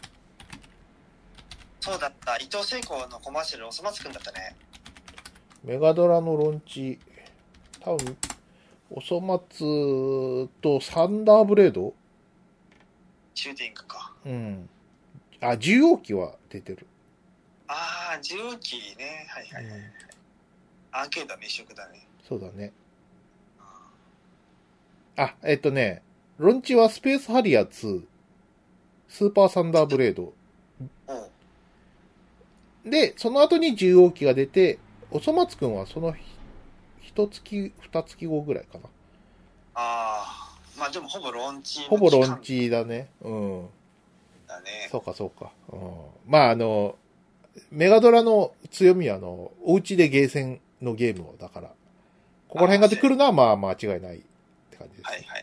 そうだった。伊藤聖子のコマーシャルおそ松くんだったね。 メガドラのローンチ、多分、おそ松とサンダーブレード？ シューティングか。 うん。あ、重王機は出てる。 ああ、重機ね。はいはいはい。アーケードは密色だね。 そうだね。あ、ロンチはスペースハリアー2、スーパーサンダーブレード。で、その後に重王機が出て、おそ松くんはその一月、二月後ぐらいかな。 ああ、まあでもほぼロンチのほぼロンチだね。うん。 だね。 そうかそうか。うん。まあメガドラの強みはお家でゲーセンのゲームを、だから、ここら辺がで来るのはまあ間違いないって感じです、ね。 はいはい。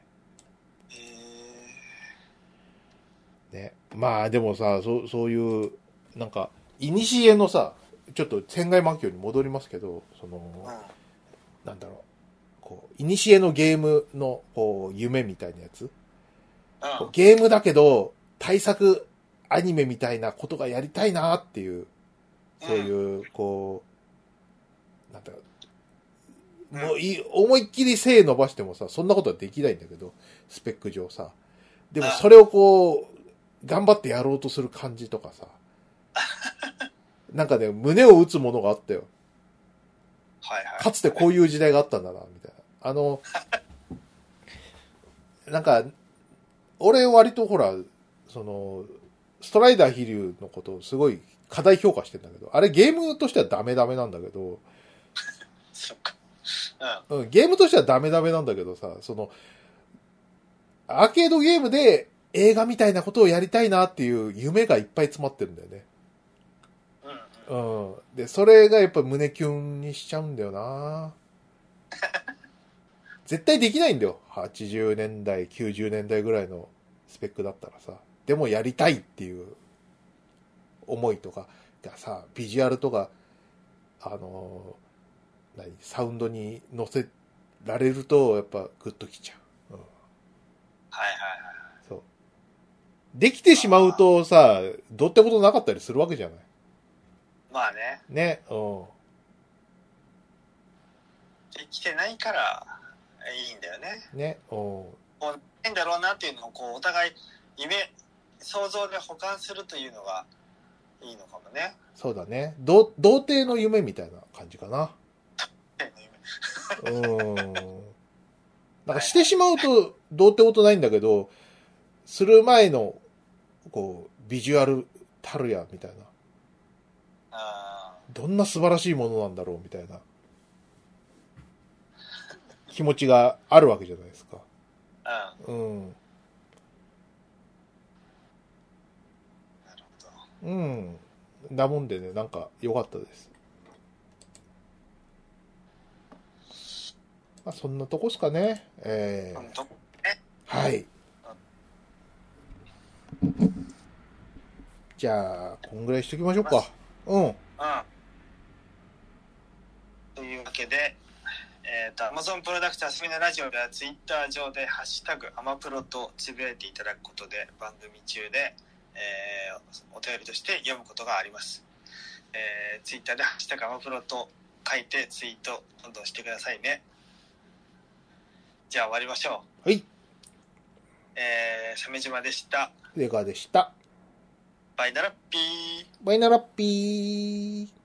ね。まあでもさ、そういう、なんか、いにしえのさ、ちょっと船外魔境に戻りますけど、なんだろう、こう、いにしえのゲームの、こう、夢みたいなやつ。ゲームだけど、対策アニメみたいなことがやりたいなっていう、そういう、こう、なんだろう、もう思いっきり精伸ばしてもさ、そんなことはできないんだけど、スペック上さ。でもそれをこう、頑張ってやろうとする感じとかさ。なんかね、胸を打つものがあったよ。 はいはい。 かつてこういう時代があったんだな、みたいな。なんか、俺割とほら、ストライダー飛竜のことをすごい過大評価してんだけど、あれゲームとしてはダメなんだけど、 そっか。 うん、ゲームとしてはダメなんだけどさ、アーケードゲームで映画みたいなことをやりたいなっていう夢がいっぱい詰まってるんだよね。うん。で、それがやっぱ胸キュンにしちゃうんだよな絶対できないんだよ。80年代、90年代ぐらいのスペックだったらさ。でもやりたいっていう思いとかがさ、ビジュアルとか、サウンドに乗せられると、やっぱグッときちゃう。うん。 はいはいはい。 そう。できてしまうとさ、どうってことなかったりするわけじゃない。 まあね。 ね、うん。 できてないからいいんだよね。 ね、うん。 こう変だろうなっていうのをこうお互い想像で補完するというのがいいのかもね。 そうだね。童貞の夢みたいな感じかな。なんかしてしまうとどうってことないんだけど、する前のこうビジュアルたるやみたいな。どんな素晴らしいものなんだろうみたいな気持ちがあるわけじゃないですか。うん。 なるほど。うん。だもんでね、なんか良かったです。まあ、そんなとこっすかね。はい。じゃあ、こんぐらいしときましょうか。うん。 というわけで、Amazon プロダクツ遊びのラジオではツイッター上でハッシュタグアマプロとつぶやいていただくことで番組中で、お便りとして読むことがあります。ツイッターでハッシュタグアマプロと書いてツイートどんどんしてくださいね。じゃあ終わりましょう。はい。 鮫島でした。 レガでした。 バイナラッピー。 バイナラッピー。